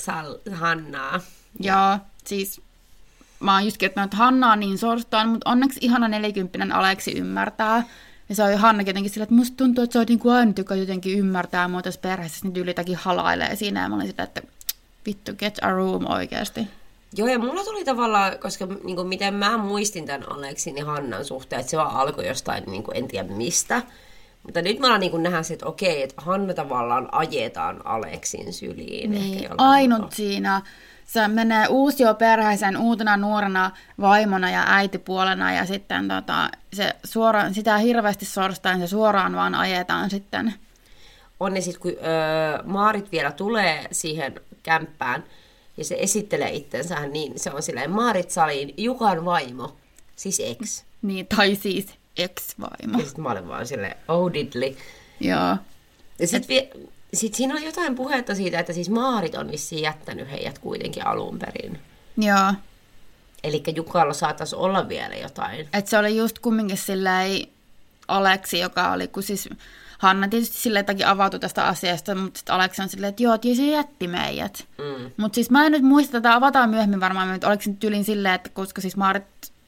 S4: Hannaa.
S5: Joo, siis mä oon just kirjoittanut, että Hanna on niin sorstaan, mutta onneksi ihana 40 Aleksi ymmärtää. Ja se on Hanna jotenkin sillä, että musta tuntuu, että sä oot niinku ainut, joka jotenkin ymmärtää mua tässä perheessä, niin tyylitäkin halailee siinä. Ja mä olin sitä, että vittu, get a room oikeasti.
S4: Joo, ja mulla tuli tavallaan, koska niin miten mä muistin tämän Aleksin ja Hannan suhteen, että se vaan alkoi jostain, niin en tiedä mistä. Mutta nyt mä alan niin nähdä se, että okei, että Hanna tavallaan ajetaan Aleksin syliin.
S5: Niin, ainut siinä. Se menee uusio perheeseen uutena nuorena vaimona ja äitipuolena ja sitten se suoraan, sitä hirveästi sorstain, se suoraan vaan ajetaan sitten.
S4: On ne sitten, kun Maarit vielä tulee siihen kämppään ja se esittelee itsensä, niin se on silleen Maarit Salin Jukan vaimo, siis ex.
S5: Niin, tai siis ex-vaimo.
S4: Ja sitten mä olen vaan silleen, oh diddly.
S5: Joo.
S4: Ja sitten siinä on jotain puhetta siitä, että siis Maarit on vissiin jättänyt heidät kuitenkin alun perin.
S5: Joo.
S4: Eli Jukalla saattaisi olla vielä jotain.
S5: Että se oli just kumminkin silleen Aleksi, joka oli, kun siis Hanna tietysti silleen takia avautui tästä asiasta, mutta sitten Aleksi on silleen, että joo, se jätti meidät. Mutta siis mä en nyt muista, tätä avataan myöhemmin varmaan, että oliko se nyt tylin silleen, että koska siis Maarit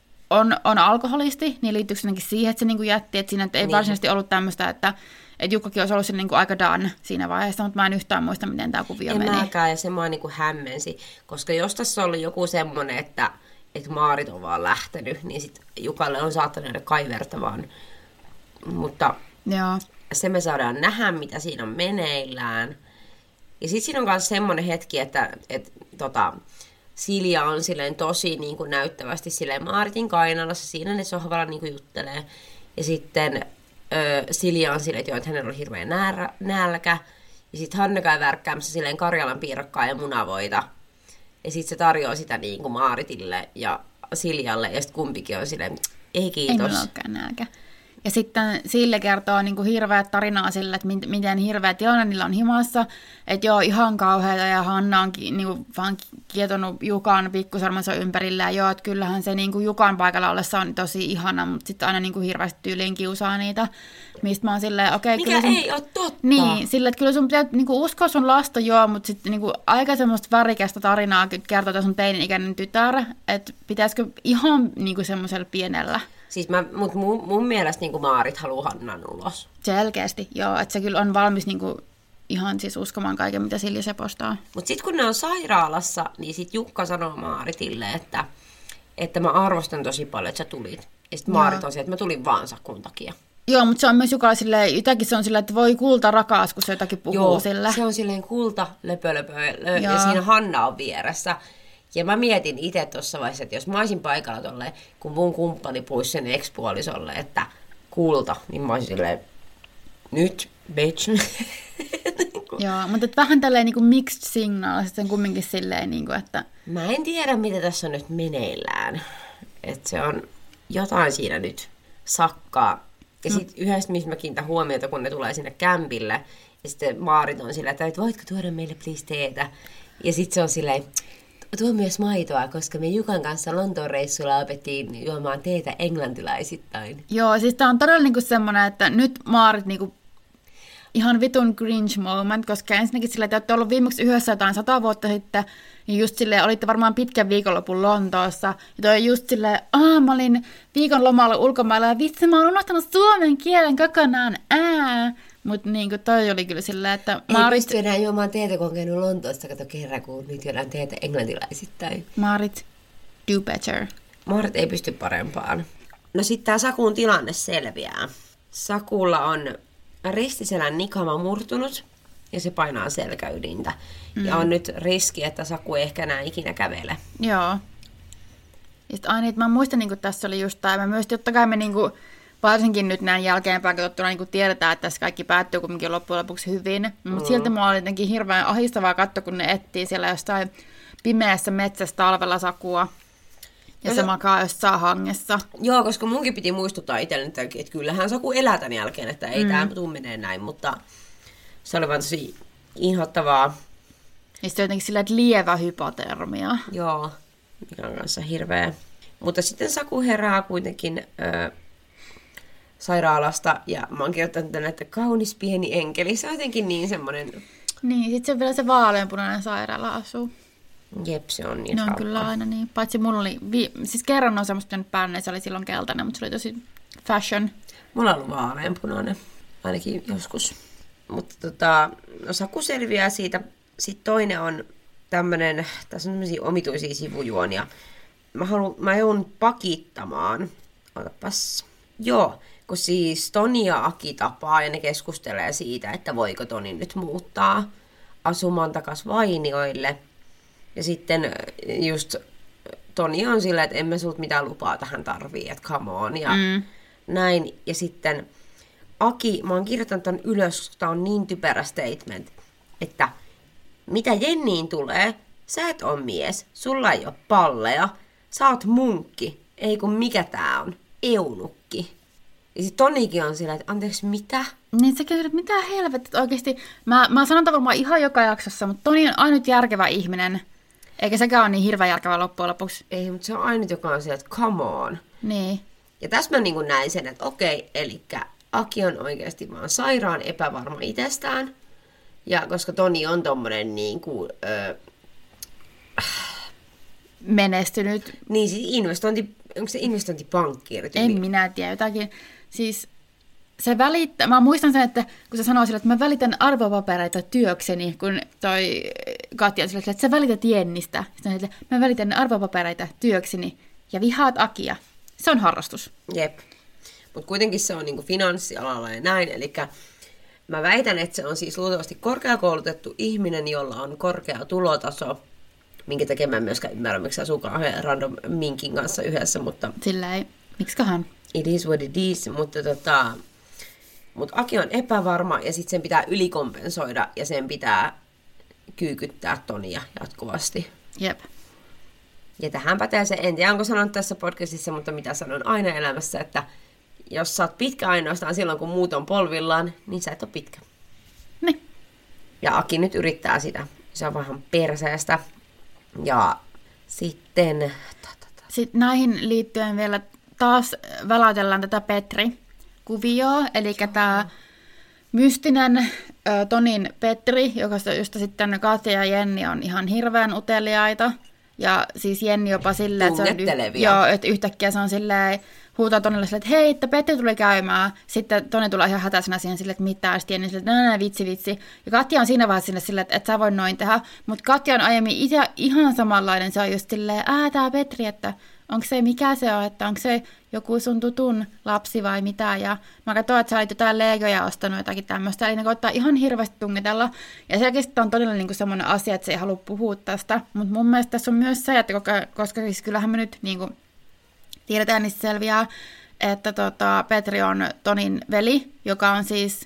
S5: on alkoholisti, niin liittyykö se jotenkin siihen, että se niinku jätti, että siinä ei varsinaisesti ollut tämmöistä, että Jukkakin olisi ollut niin kuin aika done siinä vaiheessa, mutta mä en yhtään muista, miten tämä kuvio meni.
S4: En mäkään, ja se mua niin kuin hämmensi, koska jos tässä on ollut joku semmoinen, että Maarit on vaan lähtenyt, niin sitten Jukalle on saattanut jäädä kaivertavaan. Mutta
S5: joo.
S4: Se me saadaan nähdä, mitä siinä on meneillään. Ja sitten siinä on myös semmoinen hetki, että Silja on silleen tosi niin kuin näyttävästi silleen Maaritin kainalossa, siinä ne sohvalla niin kuin juttelee. Ja sitten Silja on silleen, että hänellä on hirveä nälkä. Ja sitten Hanna käy värkkäämässä silleen Karjalan piirakkaa ja munavoita. Ja sitten se tarjoaa sitä niin kuin Maaritille ja Siljalle. Ja sitten kumpikin on silleen, ei kiitos.
S5: Ei minulla olekaan nälkä. Ja sitten Sille kertoo niin kuin hirveät tarinaa sille, että miten hirveä tilanne niillä on himassa. Että joo, ihan kauheata ja Hanna on niin kuin vaan kietonut Jukan pikkusarmansa ympärillä. Ja joo, että kyllähän se niin kuin Jukan paikalla ollessa on tosi ihana, mutta sitten aina niin kuin hirveästi tyyliin kiusaa niitä. Mistä mä oon silleen, okei.
S4: Mikä
S5: kyllä
S4: ei ole totta.
S5: Niin, silleen, että kyllä sun pitää niin kuin uskoa sun lasta joo, mutta sitten niin kuin aika semmoista värikästä tarinaa kertoo, että sun teini-ikäinen tytär. Että pitäisikö ihan niin kuin semmoisella pienellä.
S4: Siis mutta mun mielestä niin kuin Maarit haluaa Hannan ulos.
S5: Selkeästi, joo. Että se kyllä on valmis niin kuin ihan siis uskomaan kaiken, mitä Silja se postaa.
S4: Mutta sitten kun ne on sairaalassa, niin sitten Jukka sanoo Maaritille, että mä arvostan tosi paljon, että sä tulit. Ja sitten Maarit on se, että mä tulin vaan Sakun takia.
S5: Joo, mutta se on myös Jukalle silleen, jotakin se on silleen, että voi kulta rakas, kun se jotakin puhuu sille.
S4: Joo, se on silleen kulta, löpö, ja siinä Hanna on vieressä. Ja mä mietin itse tuossa vaiheessa, että jos mä olisin paikalla tolleen, kun mun kumppani puhuisi sen ex-puolisolle, että kulta, niin mä olisin silleen, nyt, bitch.
S5: Joo, mutta vähän tälleen niin kuin mixed signal, sitten kumminkin silleen, niin kuin, että
S4: mä en tiedä, mitä tässä on nyt meneillään. Että se on jotain siinä nyt sakkaa. Ja sitten yhdessä, missä mä kiinnitän huomiota, kun ne tulee sinne kämpille, ja sitten Maarit on silleen, että voitko tuoda meille please teetä? Ja sitten se on silleen, tuo myös maitoa, koska me Jukan kanssa Lontoon reissulla opettiin juomaan teetä englantilaisittain. Joo,
S5: siis tää on todella niinku semmoinen, että nyt Maarit niinku ihan vitun cringe moment, koska ensinnäkin silleen, että olette ollut viimeksi yhdessä jotain 100 vuotta sitten, ja just silleen, olitte varmaan pitkän viikonlopun Lontoossa, ja toi just silleen, mä olin viikonlomalla ulkomailla, ja vitsi, mä oon unohtanut suomen kielen kokonaan, Mutta niinku toi oli kyllä silleen, että
S4: Maarit ei pysty enää juomaan teetä, kun on käynyt Lontoosta, kato kerran, kun nyt juodaan teetä englantilaisittain.
S5: Maarit, do better.
S4: Maarit ei pysty parempaan. No sitten tää Sakun tilanne selviää. Sakulla on ristiselän nikama murtunut, ja se painaa selkäydintä. Ja on nyt riski, että Saku ei ehkä enää ikinä kävele.
S5: Joo. Ja sitten aina, että mä muistan, niin tässä oli just tämä, mä myös totta kai me niin kuin, varsinkin nyt näin jälkeenpäin katsottuna niin tiedetään, että tässä kaikki päättyy kuitenkin loppujen lopuksi hyvin. Mutta silti mulla oli jotenkin hirveän ahdistavaa katsoa, kun ne etsii siellä jostain pimeässä metsässä talvella Sakua. Ja se makaa jossain hangessa.
S4: Joo, koska munkin piti muistuttaa itselleni, että kyllähän Saku elää tämän jälkeen, että ei tämä tule menee näin, mutta se oli vaan tosi inhottavaa.
S5: Ja sitten jotenkin sillä, että lievä hypotermia.
S4: Joo, mikä on kanssa hirveä. Mutta sitten Saku herää kuitenkin sairaalasta, ja mä oon kirjoittanut tänne, että kaunis pieni enkeli. Se on jotenkin niin semmoinen...
S5: Niin, sitten se on vielä se vaaleanpunainen sairaala-asu.
S4: Jep, se on niin
S5: ne on
S4: raukka.
S5: kyllä aina niin. Paitsi mulla oli, siis kerran on semmoista pitänyt päälle, niin se oli silloin keltainen, mutta se oli tosi fashion.
S4: Mulla on ollut vaaleanpunainen, ainakin joskus. Mutta no Saku selviää siitä. Sitten toinen on tämmönen, tässä on tämmöisiä omituisia sivujuonia. Mä joudun pakittamaan. Otapas. Joo, kun siis Toni ja Aki tapaa ja ne keskustelee siitä, että voiko Toni nyt muuttaa asumaan takas Vainioille. Ja sitten just Toni on silleen, että en mä sulta mitään lupaa tähän tarvii, että come on. Ja näin. Ja sitten Aki, mä oon kirjoittanut ton ylös, koska tää on niin typerä statement, että mitä Jenniin tulee, sä et oo mies, sulla ei oo palleja, sä oot munkki, ei kun mikä tää on, eunukki. Ja sit Tonikin on sillä, että anteeksi, mitä?
S5: Niin sekin on, että mitä helvettiä, oikeesti, mä sanon varmaan ihan joka jaksossa, mutta Toni on ainut järkevä ihminen, eikä sekään ole niin hirveän järkevä loppujen lopuksi.
S4: Ei, mutta se on ainut, joka on sillä, että come on.
S5: Niin.
S4: Ja tässä mä niin kuin näin sen, että okei, elikkä Aki on oikeasti vaan sairaan epävarma itsestään. Ja koska Toni on tommonen niin kuin,
S5: menestynyt.
S4: Niin siis onko se investointipankkiiri?
S5: En minä tiedä, jotakin. Siis se välittää, mä muistan sen, että kun se sanoo sille, että mä välitän arvopapereita työkseni, kun toi Katja on sille, että sä välität Jennistä. Sitten että mä välitän arvopapereita työkseni ja vihaat Akia. Se on harrastus.
S4: Jep. Mutta kuitenkin se on niinku finanssialalla ja näin, eli mä väitän, että se on siis luultavasti korkeakoulutettu ihminen, jolla on korkea tulotaso, minkä takia mä en myöskään ymmärrä, miksi se asuu random minkin kanssa yhdessä, mutta...
S5: Sillä ei, miksiköhän?
S4: It is what it is, mutta Aki on epävarma ja sitten sen pitää ylikompensoida ja sen pitää kyykyttää Tonia jatkuvasti.
S5: Jep.
S4: Ja tähän pätee se, en tiedä onko sanonut tässä podcastissa, mutta mitä sanon aina elämässä, että jos sä oot pitkä ainoastaan silloin, kun muut on polvillaan, niin sä et ole pitkä.
S5: Niin.
S4: Ja Aki nyt yrittää sitä. Se on vähän perseestä. Ja sitten...
S5: Sitten näihin liittyen vielä taas väläytellään tätä Petri-kuvioa, eli tämä mystinen Tonin Petri, josta sitten Katja ja Jenni on ihan hirveän uteliaita. Ja siis Jenni jopa silleen, että yhtäkkiä se on silleen, huutaa Tonille silleen, että hei, että Petri tuli käymään. Sitten Toni tulee ihan hätäisenä siihen silleen, että mitään. Sitten Jenni silleen, että vitsi. Ja Katja on siinä vaiheessa silleen, että et sä voi noin tehdä. Mutta Katja on aiemmin itse ihan samanlainen. Se on just silleen, tää Petri, että onko se, mikä se on, että onko se joku sun tutun lapsi vai mitä. Ja mä katsoin, että sä olit jotain legoja ostanut jotakin tämmöistä. Eli ne koittaa ihan hirveästi tungetella. Ja selkeästi on todella niin kuin semmoinen asia, että se ei halua puhua tästä. Mutta mun mielestä tässä on myös se, että koska siis kyllähän me nyt niin kuin tiedetään, niin selviää, että Petri on Tonin veli, joka on siis,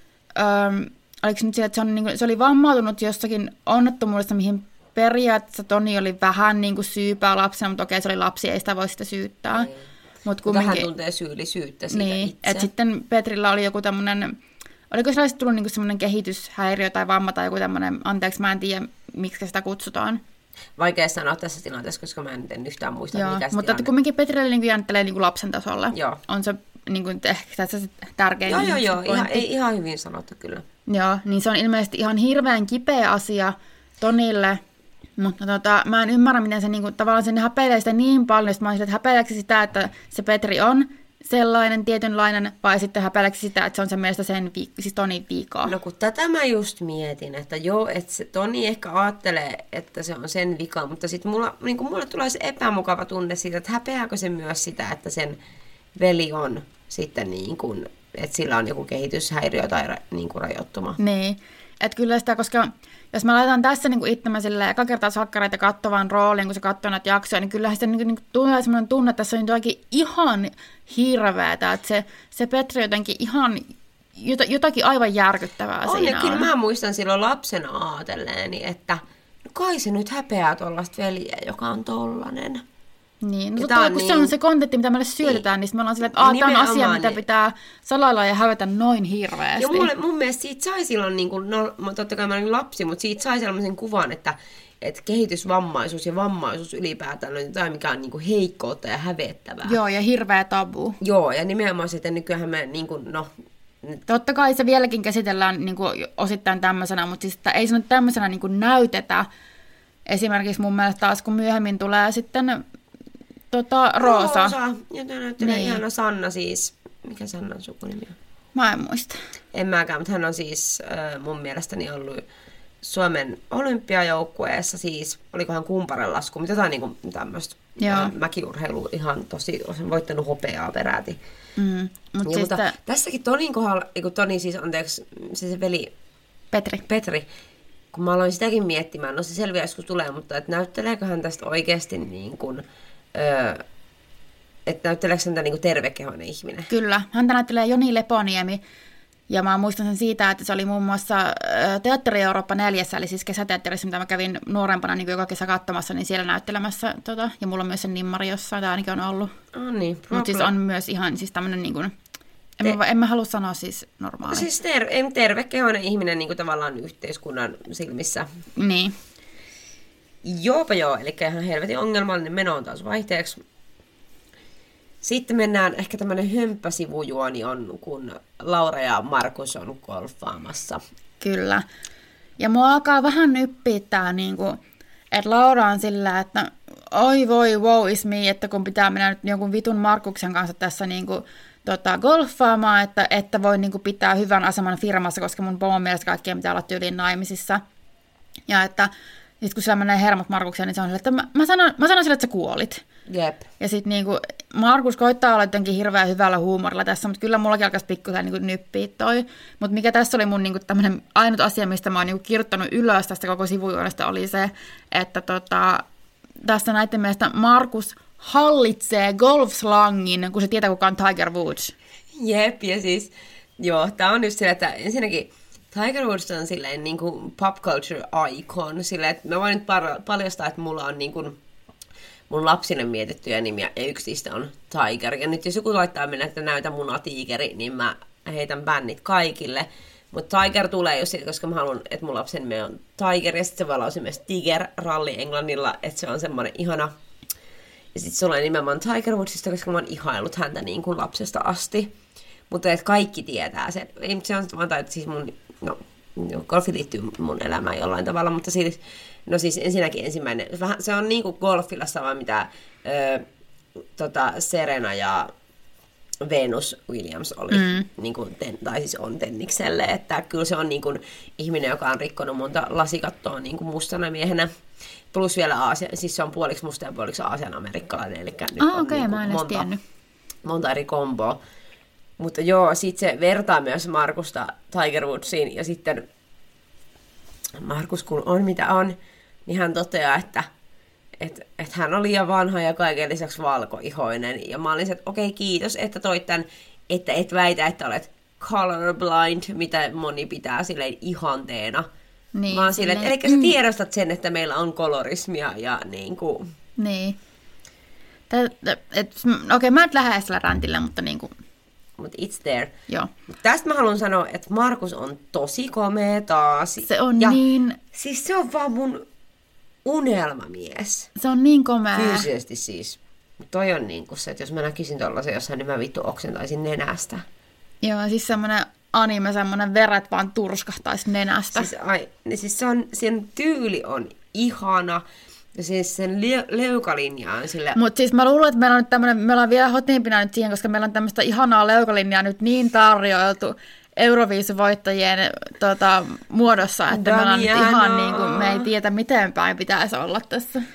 S5: oliko nyt sillä, että se oli vammautunut jossakin onnettomuudessa, mihin periaatteessa Toni oli vähän niin kuin syypää lapsena, mutta okei, se oli lapsi, ei sitä voi sitä syyttää. Mutta
S4: hän tuntee syyllisyyttä siitä
S5: niin,
S4: itse.
S5: että sitten Petrillä oli joku tämmöinen, oliko se tullut niin kuin semmoinen kehityshäiriö tai vamma tai joku tämmöinen, anteeksi, mä en tiedä, miksi sitä kutsutaan.
S4: Vaikea sanoa tässä tilanteessa, koska mä en yhtään muista,
S5: joo,
S4: mikä se
S5: mutta kumminkin Petrille niin jännittelee niin lapsen tasolla.
S4: Joo.
S5: On se niin kuin, ehkä tässä se tärkein
S4: Joo,
S5: pointti.
S4: ihan hyvin sanottu kyllä.
S5: Joo, niin se on ilmeisesti ihan hirveän kipeä asia Tonille, mutta mä en ymmärrä, miten se niin kuin, tavallaan sen häpeilee sitä niin paljon, että mä olisin, että häpeileekö sitä, että se Petri on sellainen tietynlainen, vai sitten häpeileekö sitä, että se on sen mielestä siis Tonin vika?
S4: No kun tätä mä just mietin, että joo, että se Toni ehkä ajattelee, että se on sen vika, mutta sitten mulle tulee se epämukava tunne siitä, että häpeääkö se myös sitä, että sen veli on sitten niin kuin, että sillä on joku kehityshäiriö tai niin kuin rajoittuma.
S5: Niin, että kyllä sitä, koska jos mä laitan tässä niin itsemme silleen eka kertaa sakkareita katsovan rooliin, kun se katsoo näitä jaksoja, niin kyllähän se niin tulee sellainen tunne, että tässä on jotakin ihan hirveätä, että se Petri jotenkin ihan jotakin aivan järkyttävää
S4: on,
S5: siinä
S4: ja kyllä mä muistan silloin lapsena aatelleeni, että no kai se nyt häpeää tollaista veljeä, joka on tollanen.
S5: Niin, no totta, kun se on se kontentti, mitä meille syötetään, niin me ollaan silleen, että tämä on asia, mitä pitää salailla ja hävetä noin hirveästi.
S4: Ja mun mielestä siitä sai silloin, niin kuin, no totta kai mä olin lapsi, mutta siitä sai sellaisen kuvan, että kehitysvammaisuus ja vammaisuus ylipäätään on jotain, mikä on niin kuin heikkoutta ja hävettävää.
S5: Joo, ja hirveä tabu.
S4: Joo, ja nimenomaan sitten nykyään me niin kuin, no...
S5: Totta kai se vieläkin käsitellään niin kuin osittain tämmöisenä, mutta siis ei se nyt tämmöisenä niin kuin näytetä. Esimerkiksi mun mielestä taas, kun myöhemmin tulee sitten Roosa.
S4: Jota näyttelee ihana Sanna siis. Mikä Sannan sukunimi on?
S5: Mä en muista.
S4: En mäkään, mutta hän on siis mun mielestäni ollut Suomen olympiajoukkueessa siis, olikohan kumparenlasku, mitä jotain niinku tämmöistä mäkiurheilu ihan tosi, on voittanut hopeaa peräti. Mutta tässäkin Tonin kohdalla, Toni siis, anteeksi, se veli Petri, kun mä aloin sitäkin miettimään, no se selviää joskus tulee, mutta että näytteleeköhän tästä oikeasti niin kuin, että näytteleekö häntä niin kuin tervekehoinen ihminen?
S5: Kyllä, häntä näyttelee Joni Leponiemi, ja mä muistan sen siitä, että se oli muun muassa Teatteri Eurooppa 4, eli siis kesäteatterissa, mitä mä kävin nuorempana niin joka kesä katsomassa, niin siellä näyttelemässä, ja mulla on myös se nimmari jossain, tämä ainakin on ollut.
S4: Niin,
S5: mutta siis on myös ihan siis tämmöinen niin kuin, en mä halua sanoa siis normaali.
S4: Siis tervekehoinen ihminen niin kuin tavallaan yhteiskunnan silmissä.
S5: Niin.
S4: Joo, eli ihan helvetin ongelmallinen meno on taas vaihteeksi. Sitten mennään, ehkä tämmöinen hömppäsivujuoni on, kun Laura ja Markus on golfaamassa.
S5: Kyllä. Ja mua alkaa vähän nyppiä tää, niinku, että Laura on sillä, että oi voi, wow is me, että kun pitää mennä nyt jonkun vitun Markuksen kanssa tässä niinku, golfaamaan, että voi niinku, pitää hyvän aseman firmassa, koska mun pomon mielestä kaikkien pitää olla tyyliin naimisissa. Ja että sitten kun sillä menee hermot Markukseen, niin se on sille, että mä sanon sille, että sä kuolit.
S4: Jep.
S5: Ja sitten niinku, Markus koittaa olla jotenkin hirveän hyvällä huumorilla tässä, mutta kyllä mullakin alkaisi pikkuisen niinku nyppiä toi. Mutta mikä tässä oli mun niinku tämmöinen ainut asia, mistä mä oon niinku kirjoittanut ylös tästä koko sivujuonesta, oli se, että tässä näiden mielestä Markus hallitsee golf-slangin, kun se tietää, kuka on Tiger Woods.
S4: Jep, ja siis, joo, tää on just sillä, että ensinnäkin Tiger Woods on silleen niin kuin pop culture icon, silleen, että mä voin nyt paljastaa, että mulla on niin kuin mun lapsille mietittyjä nimiä, ja yksi niistä on Tiger. Ja nyt jos joku laittaa minä, että näytä munatiikeri, niin mä heitän bännit kaikille. Mutta Tiger tulee just siitä, koska mä haluan, että mun lapsen nimi on Tiger, ja sitten se voi lausia myös Tiger ralli englannilla, että se on semmoinen ihana. Ja sitten sulla on nimenomaan Tiger Woodsista, koska mä oon ihaillut häntä niin kuin lapsesta asti. Mutta että kaikki tietää sen. Se on vaan tai, että siis mun, golfi liittyy mun elämään jollain tavalla, mutta siis, no siis ensinnäkin ensimmäinen, vähän, se on niin kuin golfilla sama, mitä Serena ja Venus Williams oli, niin kuin tai siis on tennikselle, että kyllä se on niin kuin ihminen, joka on rikkonut monta lasikattoa niin kuin mustana miehenä, plus vielä siis se on puoliksi musta ja puoliksi aasian-amerikkalainen, eli nyt on niin monta eri komboa. Mutta joo, sit se vertaa myös Markusta Tiger Woodsiin, ja sitten Markus, kun on mitä on, niin hän toteaa, että hän on liian vanha ja kaiken lisäksi valkoihoinen. Ja mä olin se, että okei, kiitos, että toit tämän, että et väitä, että olet colorblind, mitä moni pitää silleen ihanteena. Niin, mä oon silleen, eli sä tiedostat sen, että meillä on kolorismia ja niinku.
S5: Niin. Okei, mä et lähde sillä räntillä, mutta niinku.
S4: Mutta it's there.
S5: Joo.
S4: Tästä mä haluan sanoa, että Markus on tosi komea taas.
S5: Se on ja niin.
S4: Siis se on vaan mun unelmamies.
S5: Se on niin komea.
S4: Fyysisesti siis. Toi on niinku se, että jos mä näkisin tollasen jossain, niin mä vittu oksentaisin nenästä.
S5: Joo, siis semmonen anime, semmonen veret vaan turskahtaisi nenästä.
S4: Siis sen tyyli on ihana. Ja siis sen leukalinja on sillä.
S5: Mutta siis mä luulen, että meillä on nyt tämmönen, me ollaan vielä hotnimpina nyt siihen, koska meillä on tämmöistä ihanaa leukalinjaa nyt niin tarjoiltu Euroviisuvoittajien muodossa, että me ollaan nyt ihan niin kuin, me ei tiedä miten päin pitäisi olla tässä.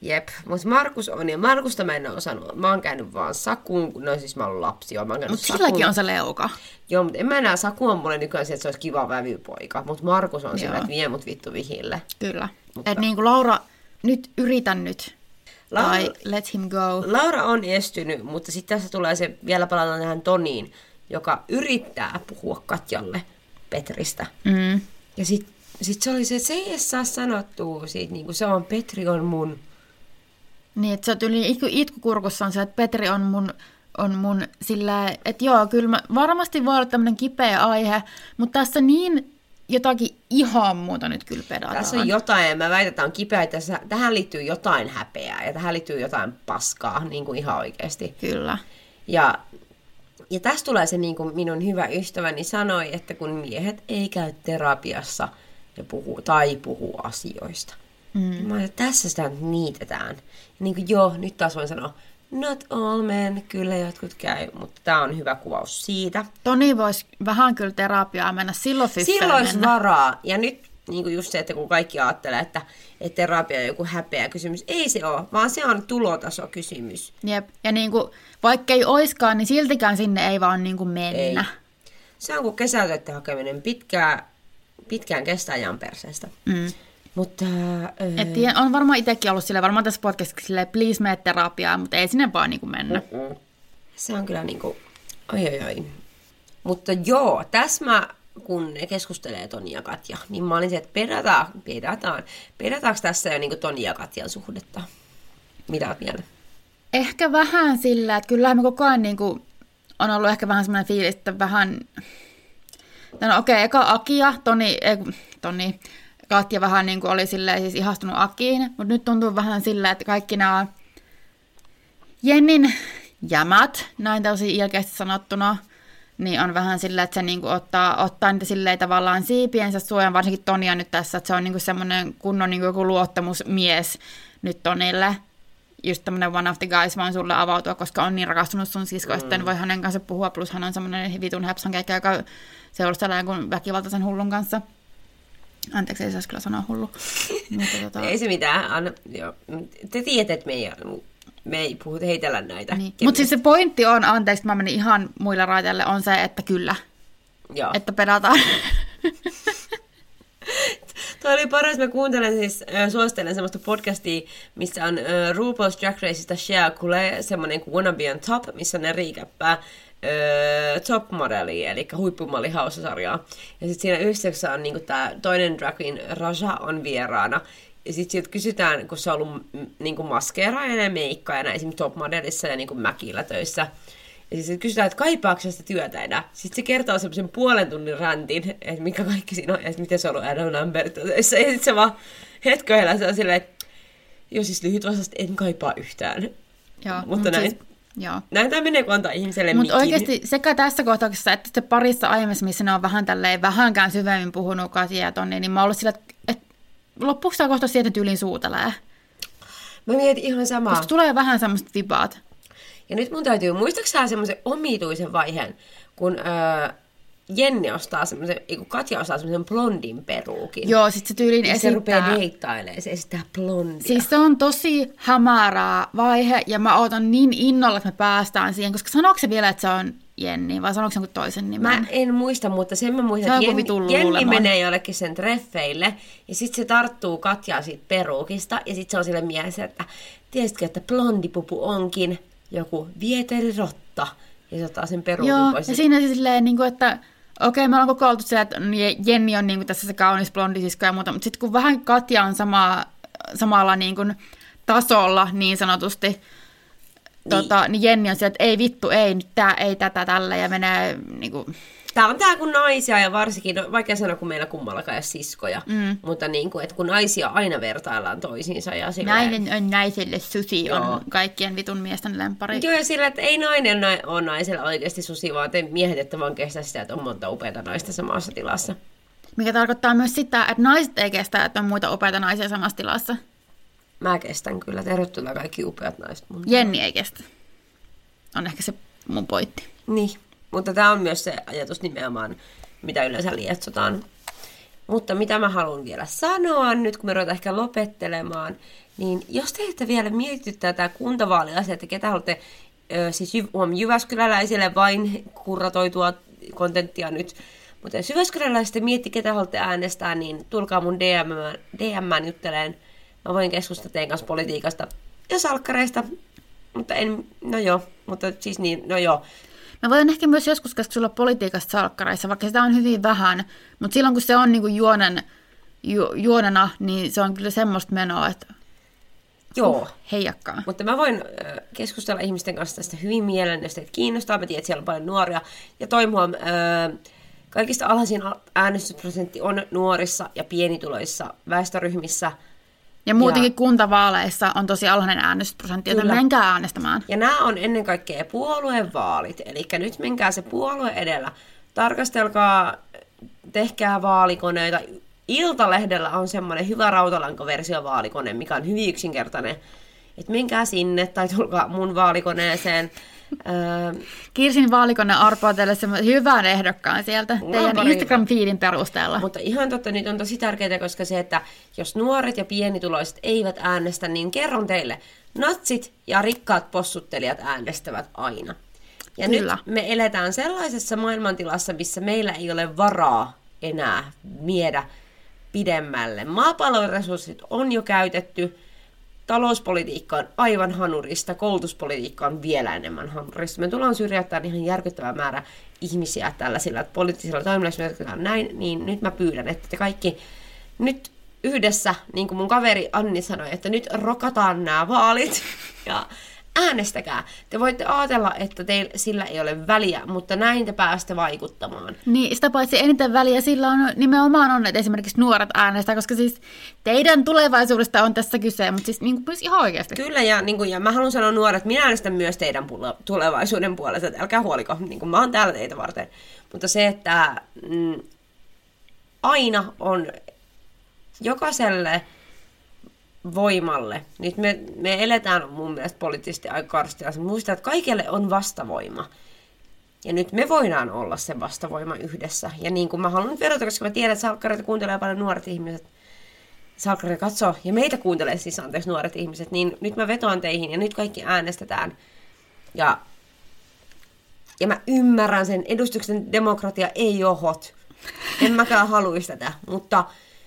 S4: Jep, mutta Markus on, ja Markusta mä en ole osannut. Mä oon käynyt vaan Sakuun, no siis mä oon lapsi, joo. Mutta
S5: silläkin on se leuka.
S4: Joo, mutta en mä enää, Saku on mulle nykyään se, että se olisi kiva vävypoika. Mutta Markus on sillä, että vie mut vittu vihille.
S5: Kyllä. Että niinku Laura, nyt yritän nyt. Tai let him go.
S4: Laura on estynyt, mutta sitten tässä tulee se, vielä palataan tähän Toniin, joka yrittää puhua Katjalle Petristä.
S5: Mm.
S4: Ja sitten se oli se, että se ei saa sanottua siitä, niin kuin se on, Petri on mun.
S5: Niin, että se on yli itkukurkussa on se, että Petri on mun sillä, että joo, kyllä varmasti voi olla tämmöinen kipeä aihe, mutta tässä niin jotakin ihan muuta nyt kyllä pedataan.
S4: Tässä on jotain, ja mä väitän, että on kipeä, että tähän liittyy jotain häpeää, ja tähän liittyy jotain paskaa, niin kuin ihan oikeasti.
S5: Kyllä.
S4: Ja tässä tulee se, niin kuin minun hyvä ystäväni sanoi, että kun miehet ei käy terapiassa ja puhuu asioista. Mm. Mä että tässä sitä nyt niitetään. Ja niin kuin joo, nyt taas voin sanoa, not all men, kyllä jotkut käy, mutta tää on hyvä kuvaus siitä.
S5: Toni voisi vähän kyllä terapiaa mennä, silloin
S4: olisi varaa. Ja nyt niin kuin just se, että kun kaikki ajattelee, että terapia on joku häpeä kysymys, ei se ole, vaan se on tulotasokysymys.
S5: Jep, ja niin kuin, vaikka ei oiskaan, niin siltikään sinne ei vaan niin kuin mennä.
S4: Ei. Se on kuin kesätöiden hakeminen pitkään kestää ajan perseestä.
S5: Mm.
S4: Mutta
S5: on varmaan itsekin ollut silleen, varmaan tässä podcastissa silleen, please mene terapiaan, mutta ei sinne vaan niin kuin mennä.
S4: Se on kyllä niin kuin, oi. Mutta joo, tässä kun ne keskustelee Toni ja Katja, niin mä olin se, että pedataanko tässä jo niin kuin Toni ja Katjan suhdetta? Mitä oot mieltä?
S5: Ehkä vähän sillä, että kyllähän me koko ajan niin kuin, on ollut ehkä vähän semmoinen fiilis, että vähän, no okei, eka Aki ja Toni, Katja vähän niin kuin oli silleen, siis ihastunut Akiin, mutta nyt tuntuu vähän silleen, että kaikki nämä Jennin jämät, näin tosi ilkeästi sanottuna, niin on vähän silleen, että se niin kuin ottaa niitä silleen tavallaan siipiensä suojan, varsinkin Tonia nyt tässä, että se on niin kuin semmoinen kunnon niin kuin joku luottamusmies nyt Tonille. Just tämmöinen one of the guys vaan sulle avautua, koska on niin rakastunut sun siskoista, niin voi hänen kanssa puhua, plus hän on semmoinen vitun häpsankeikkä, joka seurustelee jonkun väkivaltaisen hullun kanssa. Anteeksi, ei saisi kyllä sanoa hullu. Mutta,
S4: ei se mitään. Te tiedätte, että me ei heitellä näitä.
S5: Niin. Mutta siis se pointti on, anteeksi, mä menin ihan muilla raiteille, on se, että kyllä.
S4: Joo.
S5: Että pedataan.
S4: Toi oli paras, mä kuuntelen siis, suosittelen semmoista podcastia, missä on RuPaul's Drag Raceista Shea Coulee, semmoinen kuin Wanna Be on Top, missä ne riikäppää top-modelia, eli huippumallihausasarjaa. Ja sitten siinä yhteydessä on niinku tää toinen dragin Raja on vieraana. Ja sitten sieltä kysytään, kun se on ollut niinku maskeeraajana ja meikkaajana esimerkiksi top-modelissa ja niinku Mäkillä töissä. Ja sitten kysytään, että kaipaako sitä työtä enää. Sitten se kertoo semmoisen 0,5 tunnin räntin, että mikä kaikki siinä on, ja miten se on ollut Adam Lambert töissä. Ja sitten se vaan hetkoilla se on silleen, että joo siis lyhyt vastaus, en kaipaa yhtään.
S5: Joo,
S4: mutta näin.
S5: Siis, joo.
S4: Näin tämä menee, kun antaa ihmiselle
S5: Mutta
S4: mikin.
S5: oikeasti sekä tässä kohtauksessa että sitten parissa aiemmassa, missä ne on vähänkään syvemmin puhunut Katja ja Toni, niin mä oon ollut sillä, että loppuksi tämä kohtaus sieltä tyylin suutelee.
S4: Mä mietin ihan samaa.
S5: Koska tulee vähän semmoista vibaat.
S4: Ja nyt mun täytyy, muistaakseni semmoisen omituisen vaiheen, kun Jenni ostaa semmoisen, kun Katja ostaa semmoisen blondin peruukin.
S5: Joo, sit se tyylin esittää.
S4: Se rupeaa deittailemaan, se esittää blondia.
S5: Siis se on tosi hämärää vaihe, ja mä ootan niin innolla, että me päästään siihen, koska sanoiko se vielä, että se on Jenni, vai sanoiko se jonkun toisen nimen?
S4: Mä en muista, mutta sen mä muistan, että Jenni menee jollekin sen treffeille, ja sitten se tarttuu Katjaa siitä peruukista, ja sitten se on sille mielessä, että tiesitkö, että blondipupu onkin joku vieterirotta, ja se ottaa sen peruukin pois.
S5: Ja siinä siis silleen, että okei, me ollaan koko oltu siellä, että Jenni on niin tässä se kaunis blondisisko ja muuta, mutta sitten kun vähän Katja on samalla niin kuin tasolla niin sanotusti, niin Jenni on siellä, että ei vittu, ei, nyt tää ei tätä tällä ja menee niin kuin.
S4: Tää on tää kun naisia ja varsinkin, vaikea sanoa kun meillä kummallakaan ei ole siskoja, mutta niin kuin, että kun naisia aina vertaillaan toisiinsa. Ja
S5: nainen on naiselle susi, on kaikkien vitun miesten lempari.
S4: Joo, ja sillä, että ei nainen ole naiselle oikeasti susi, vaan te miehet, että vaan kestää sitä, että on monta upeata naista samassa tilassa.
S5: Mikä tarkoittaa myös sitä, että naiset ei kestä, että on muita upeita naisia samassa tilassa.
S4: Mä kestän kyllä, tervetuloa kaikki upeat naiset.
S5: Jenni ei kestä. On ehkä se mun pointti.
S4: Niin. Mutta tämä on myös se ajatus nimenomaan, mitä yleensä lietsotaan. Mutta mitä mä haluan vielä sanoa, nyt kun me ruvetaan ehkä lopettelemaan, niin jos teitä vielä mietityttää tämä kuntavaaliasia, että ketä haluatte, siis jyväskyläläisille vain kuratoitua kontenttia nyt, mutta jos jyväskyläläiset mietti, ketä haluatte äänestää, niin tulkaa mun DM:ään jutteleen. Mä voin keskustella teidän kanssa politiikasta ja salkkareista, mutta
S5: Mä voin ehkä myös joskus keskustella politiikasta salkkareissa, vaikka sitä on hyvin vähän, mutta silloin kun se on niinku juonena, niin se on kyllä semmoista menoa, että heijakkaa.
S4: Mutta mä voin keskustella ihmisten kanssa tästä hyvin mielelläni, jos teitä kiinnostaa. Mä tiedän, että siellä on paljon nuoria. Ja kaikista alhaisin äänestysprosentti on nuorissa ja pienituloissa väestöryhmissä.
S5: Ja muutenkin kuntavaaleissa on tosi alhainen äänestysprosentti, joten menkää äänestämään.
S4: Ja nämä on ennen kaikkea puoluevaalit. Eli nyt menkää se puolue edellä. Tarkastelkaa, tehkää vaalikoneita. Iltalehdellä on semmoinen hyvä rautalankaversio vaalikone, mikä on hyvin yksinkertainen. Että menkää sinne tai tulkaa mun vaalikoneeseen.
S5: Kirsin vaalikone arpoaa teille semmoinen hyvän ehdokkaan sieltä teidän Instagram-feedin perusteella.
S4: Mutta ihan totta, nyt on tosi tärkeää, koska se, että jos nuoret ja pienituloiset eivät äänestä, niin kerron teille, natsit ja rikkaat possuttelijat äänestävät aina. Ja
S5: Kyllä.
S4: Nyt me eletään sellaisessa maailmantilassa, missä meillä ei ole varaa enää viedä pidemmälle. Maapallon resurssit on jo käytetty, talouspolitiikka on aivan hanurista, koulutuspolitiikka on vielä enemmän hanurista. Me tullaan syrjäyttämään ihan järkyttävä määrä ihmisiä tällaisilla poliittisilla toimilla, näin, niin nyt mä pyydän, että te kaikki nyt yhdessä, niin kuin mun kaveri Anni sanoi, että nyt rokataan nämä vaalit ja äänestäkää. Te voitte ajatella, että sillä ei ole väliä, mutta näin te pääsette vaikuttamaan.
S5: Niin, sitä paitsi eniten väliä sillä on nimenomaan että esimerkiksi nuoret äänestää, koska siis teidän tulevaisuudesta on tässä kyse, mutta siis niin kuin myös ihan oikeasti.
S4: Kyllä, ja mä haluan sanoa nuoret, minä äänestän myös teidän tulevaisuuden puolesta, että älkää huoliko, niin kuin mä oon täällä teitä varten. Mutta se, että aina on jokaiselle voimalle. Nyt me eletään mun mielestä poliittisesti aika karstilla. Muistaa, että kaikille on vastavoima. Ja nyt me voidaan olla se vastavoima yhdessä. Ja niin kuin mä haluan nyt vedota, koska mä tiedän, että salkkareita kuuntelee paljon nuoret ihmiset. Salkkareita katsoo, ja meitä kuuntelee siis nuoret ihmiset. Niin nyt mä vetoan teihin, ja nyt kaikki äänestetään. Ja mä ymmärrän sen, edustuksen demokratia ei ole hot. En mäkään haluaisi tätä, mutta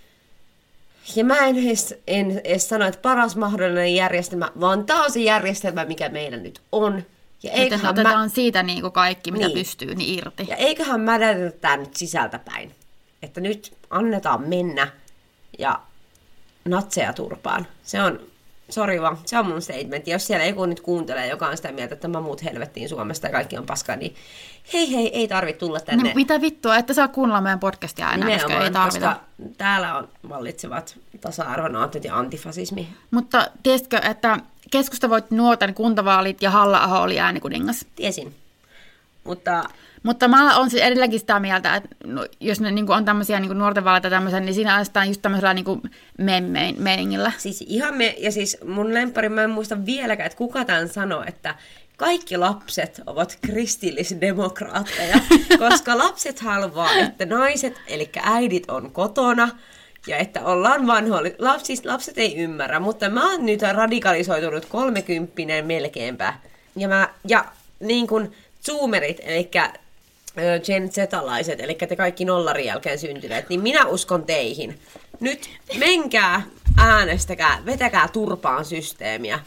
S4: ja mä en edes sano, että paras mahdollinen järjestelmä, vaan tää on se järjestelmä, mikä meillä nyt on. Ja
S5: otetaan siitä niin kuin kaikki, mitä pystyy, niin irti.
S4: Ja eiköhän mädätetä tää nyt sisältäpäin. Että nyt annetaan mennä ja natseja turpaan. Se on, sori vaan, se on mun statement. Ja jos siellä joku nyt kuuntelee, joka on sitä mieltä, että mä muut helvettiin Suomesta ja kaikki on paskaa, niin hei, ei tarvitse tulla tänne.
S5: No, mitä vittua, että saa kuunnella meidän podcastia aina, koska ei tarvita.
S4: Koska täällä on vallitsevat tasa-arvonaatit ja antifasismi.
S5: Mutta tiesitkö, että keskusta voitti nuorten kuntavaalit ja Halla-aho oli äänikuningas?
S4: Tiesin.
S5: Mutta mä oon siis edelläkin sitä mieltä, että jos ne niin on tämmöisiä niin nuorten vaaleita tämmöisiä, niin siinä äänestetään just tämmöisellä niin meiningillä.
S4: Siis ihan ja siis mun lemppari, mä en muista vieläkään, että kuka tämän sanoi, että kaikki lapset ovat kristillisdemokraatteja, koska lapset haluaa, että naiset, eli äidit on kotona, ja että ollaan vanhoilla. Lapset ei ymmärrä, mutta mä oon nyt radikalisoitunut 30 melkeinpä. Ja niin kuin zoomerit, eli Gen Z-alaiset, eli te kaikki nollarin jälkeen syntyneet, niin minä uskon teihin. Nyt menkää, äänestäkää, vetäkää turpaan systeemiä.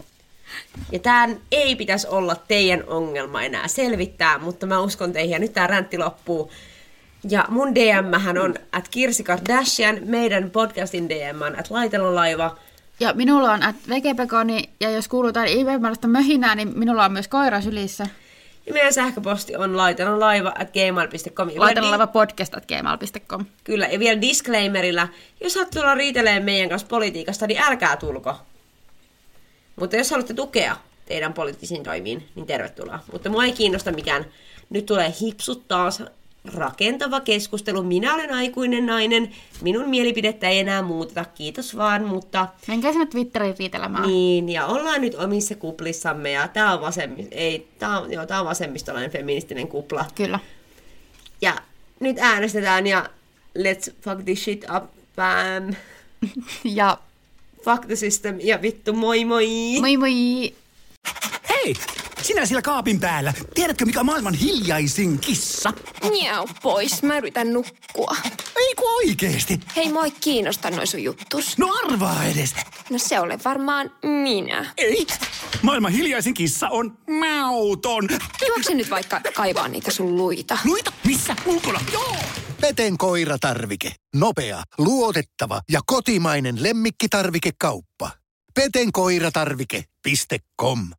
S4: Ja tämän ei pitäisi olla teidän ongelma enää selvittää, mutta mä uskon teihin. Ja nyt tää räntti loppuu. Ja mun DM-hän on @Kirsi Kardashian, meidän podcastin DM on @Laitelolaiva.
S5: Ja minulla on @vegepekoni, ja jos kuuluu jotain ihmeellistä möhinää, niin minulla on myös koira sylissä.
S4: Ja meidän sähköposti on laitelolaiva@gmail.com.
S5: Laitelolaivapodcast@gmail.com.
S4: Kyllä, ja vielä disclaimerillä, jos haluatte tulla riitelemään meidän kanssa politiikasta, niin älkää tulko. Mutta jos haluatte tukea teidän poliittisiin toimiin, niin tervetuloa. Mutta mua ei kiinnosta mikään. Nyt tulee hipsut taas. Rakentava keskustelu. Minä olen aikuinen nainen. Minun mielipidettä ei enää muuteta. Kiitos vaan, mutta
S5: menkää sinne Twitteriin viitelemään.
S4: Niin, ja ollaan nyt omissa kuplissamme. Ja tää on vasemmistolainen feministinen kupla.
S5: Kyllä.
S4: Ja nyt äänestetään ja let's fuck this shit up, bam.
S5: Ja
S4: Fuck the system ja vittu moi moi.
S5: moi moi!
S1: Hei, sinä siellä kaapin päällä. Tiedätkö, mikä on maailman hiljaisin kissa?
S2: Miau pois, mä yritän nukkua.
S1: Ei kun oikeesti.
S2: Hei, moi kiinnosta noi sun juttus.
S1: No arvaa edes.
S2: No se ole varmaan minä.
S1: Ei. Maailman hiljaisin kissa on mauton.
S2: Juokse nyt vaikka kaivaa niitä sun luita.
S1: Luita? Missä? Ulkona? Joo!
S3: Peten koiratarvike. Nopea, luotettava ja kotimainen lemmikkitarvikekauppa. petenkoiratarvike.com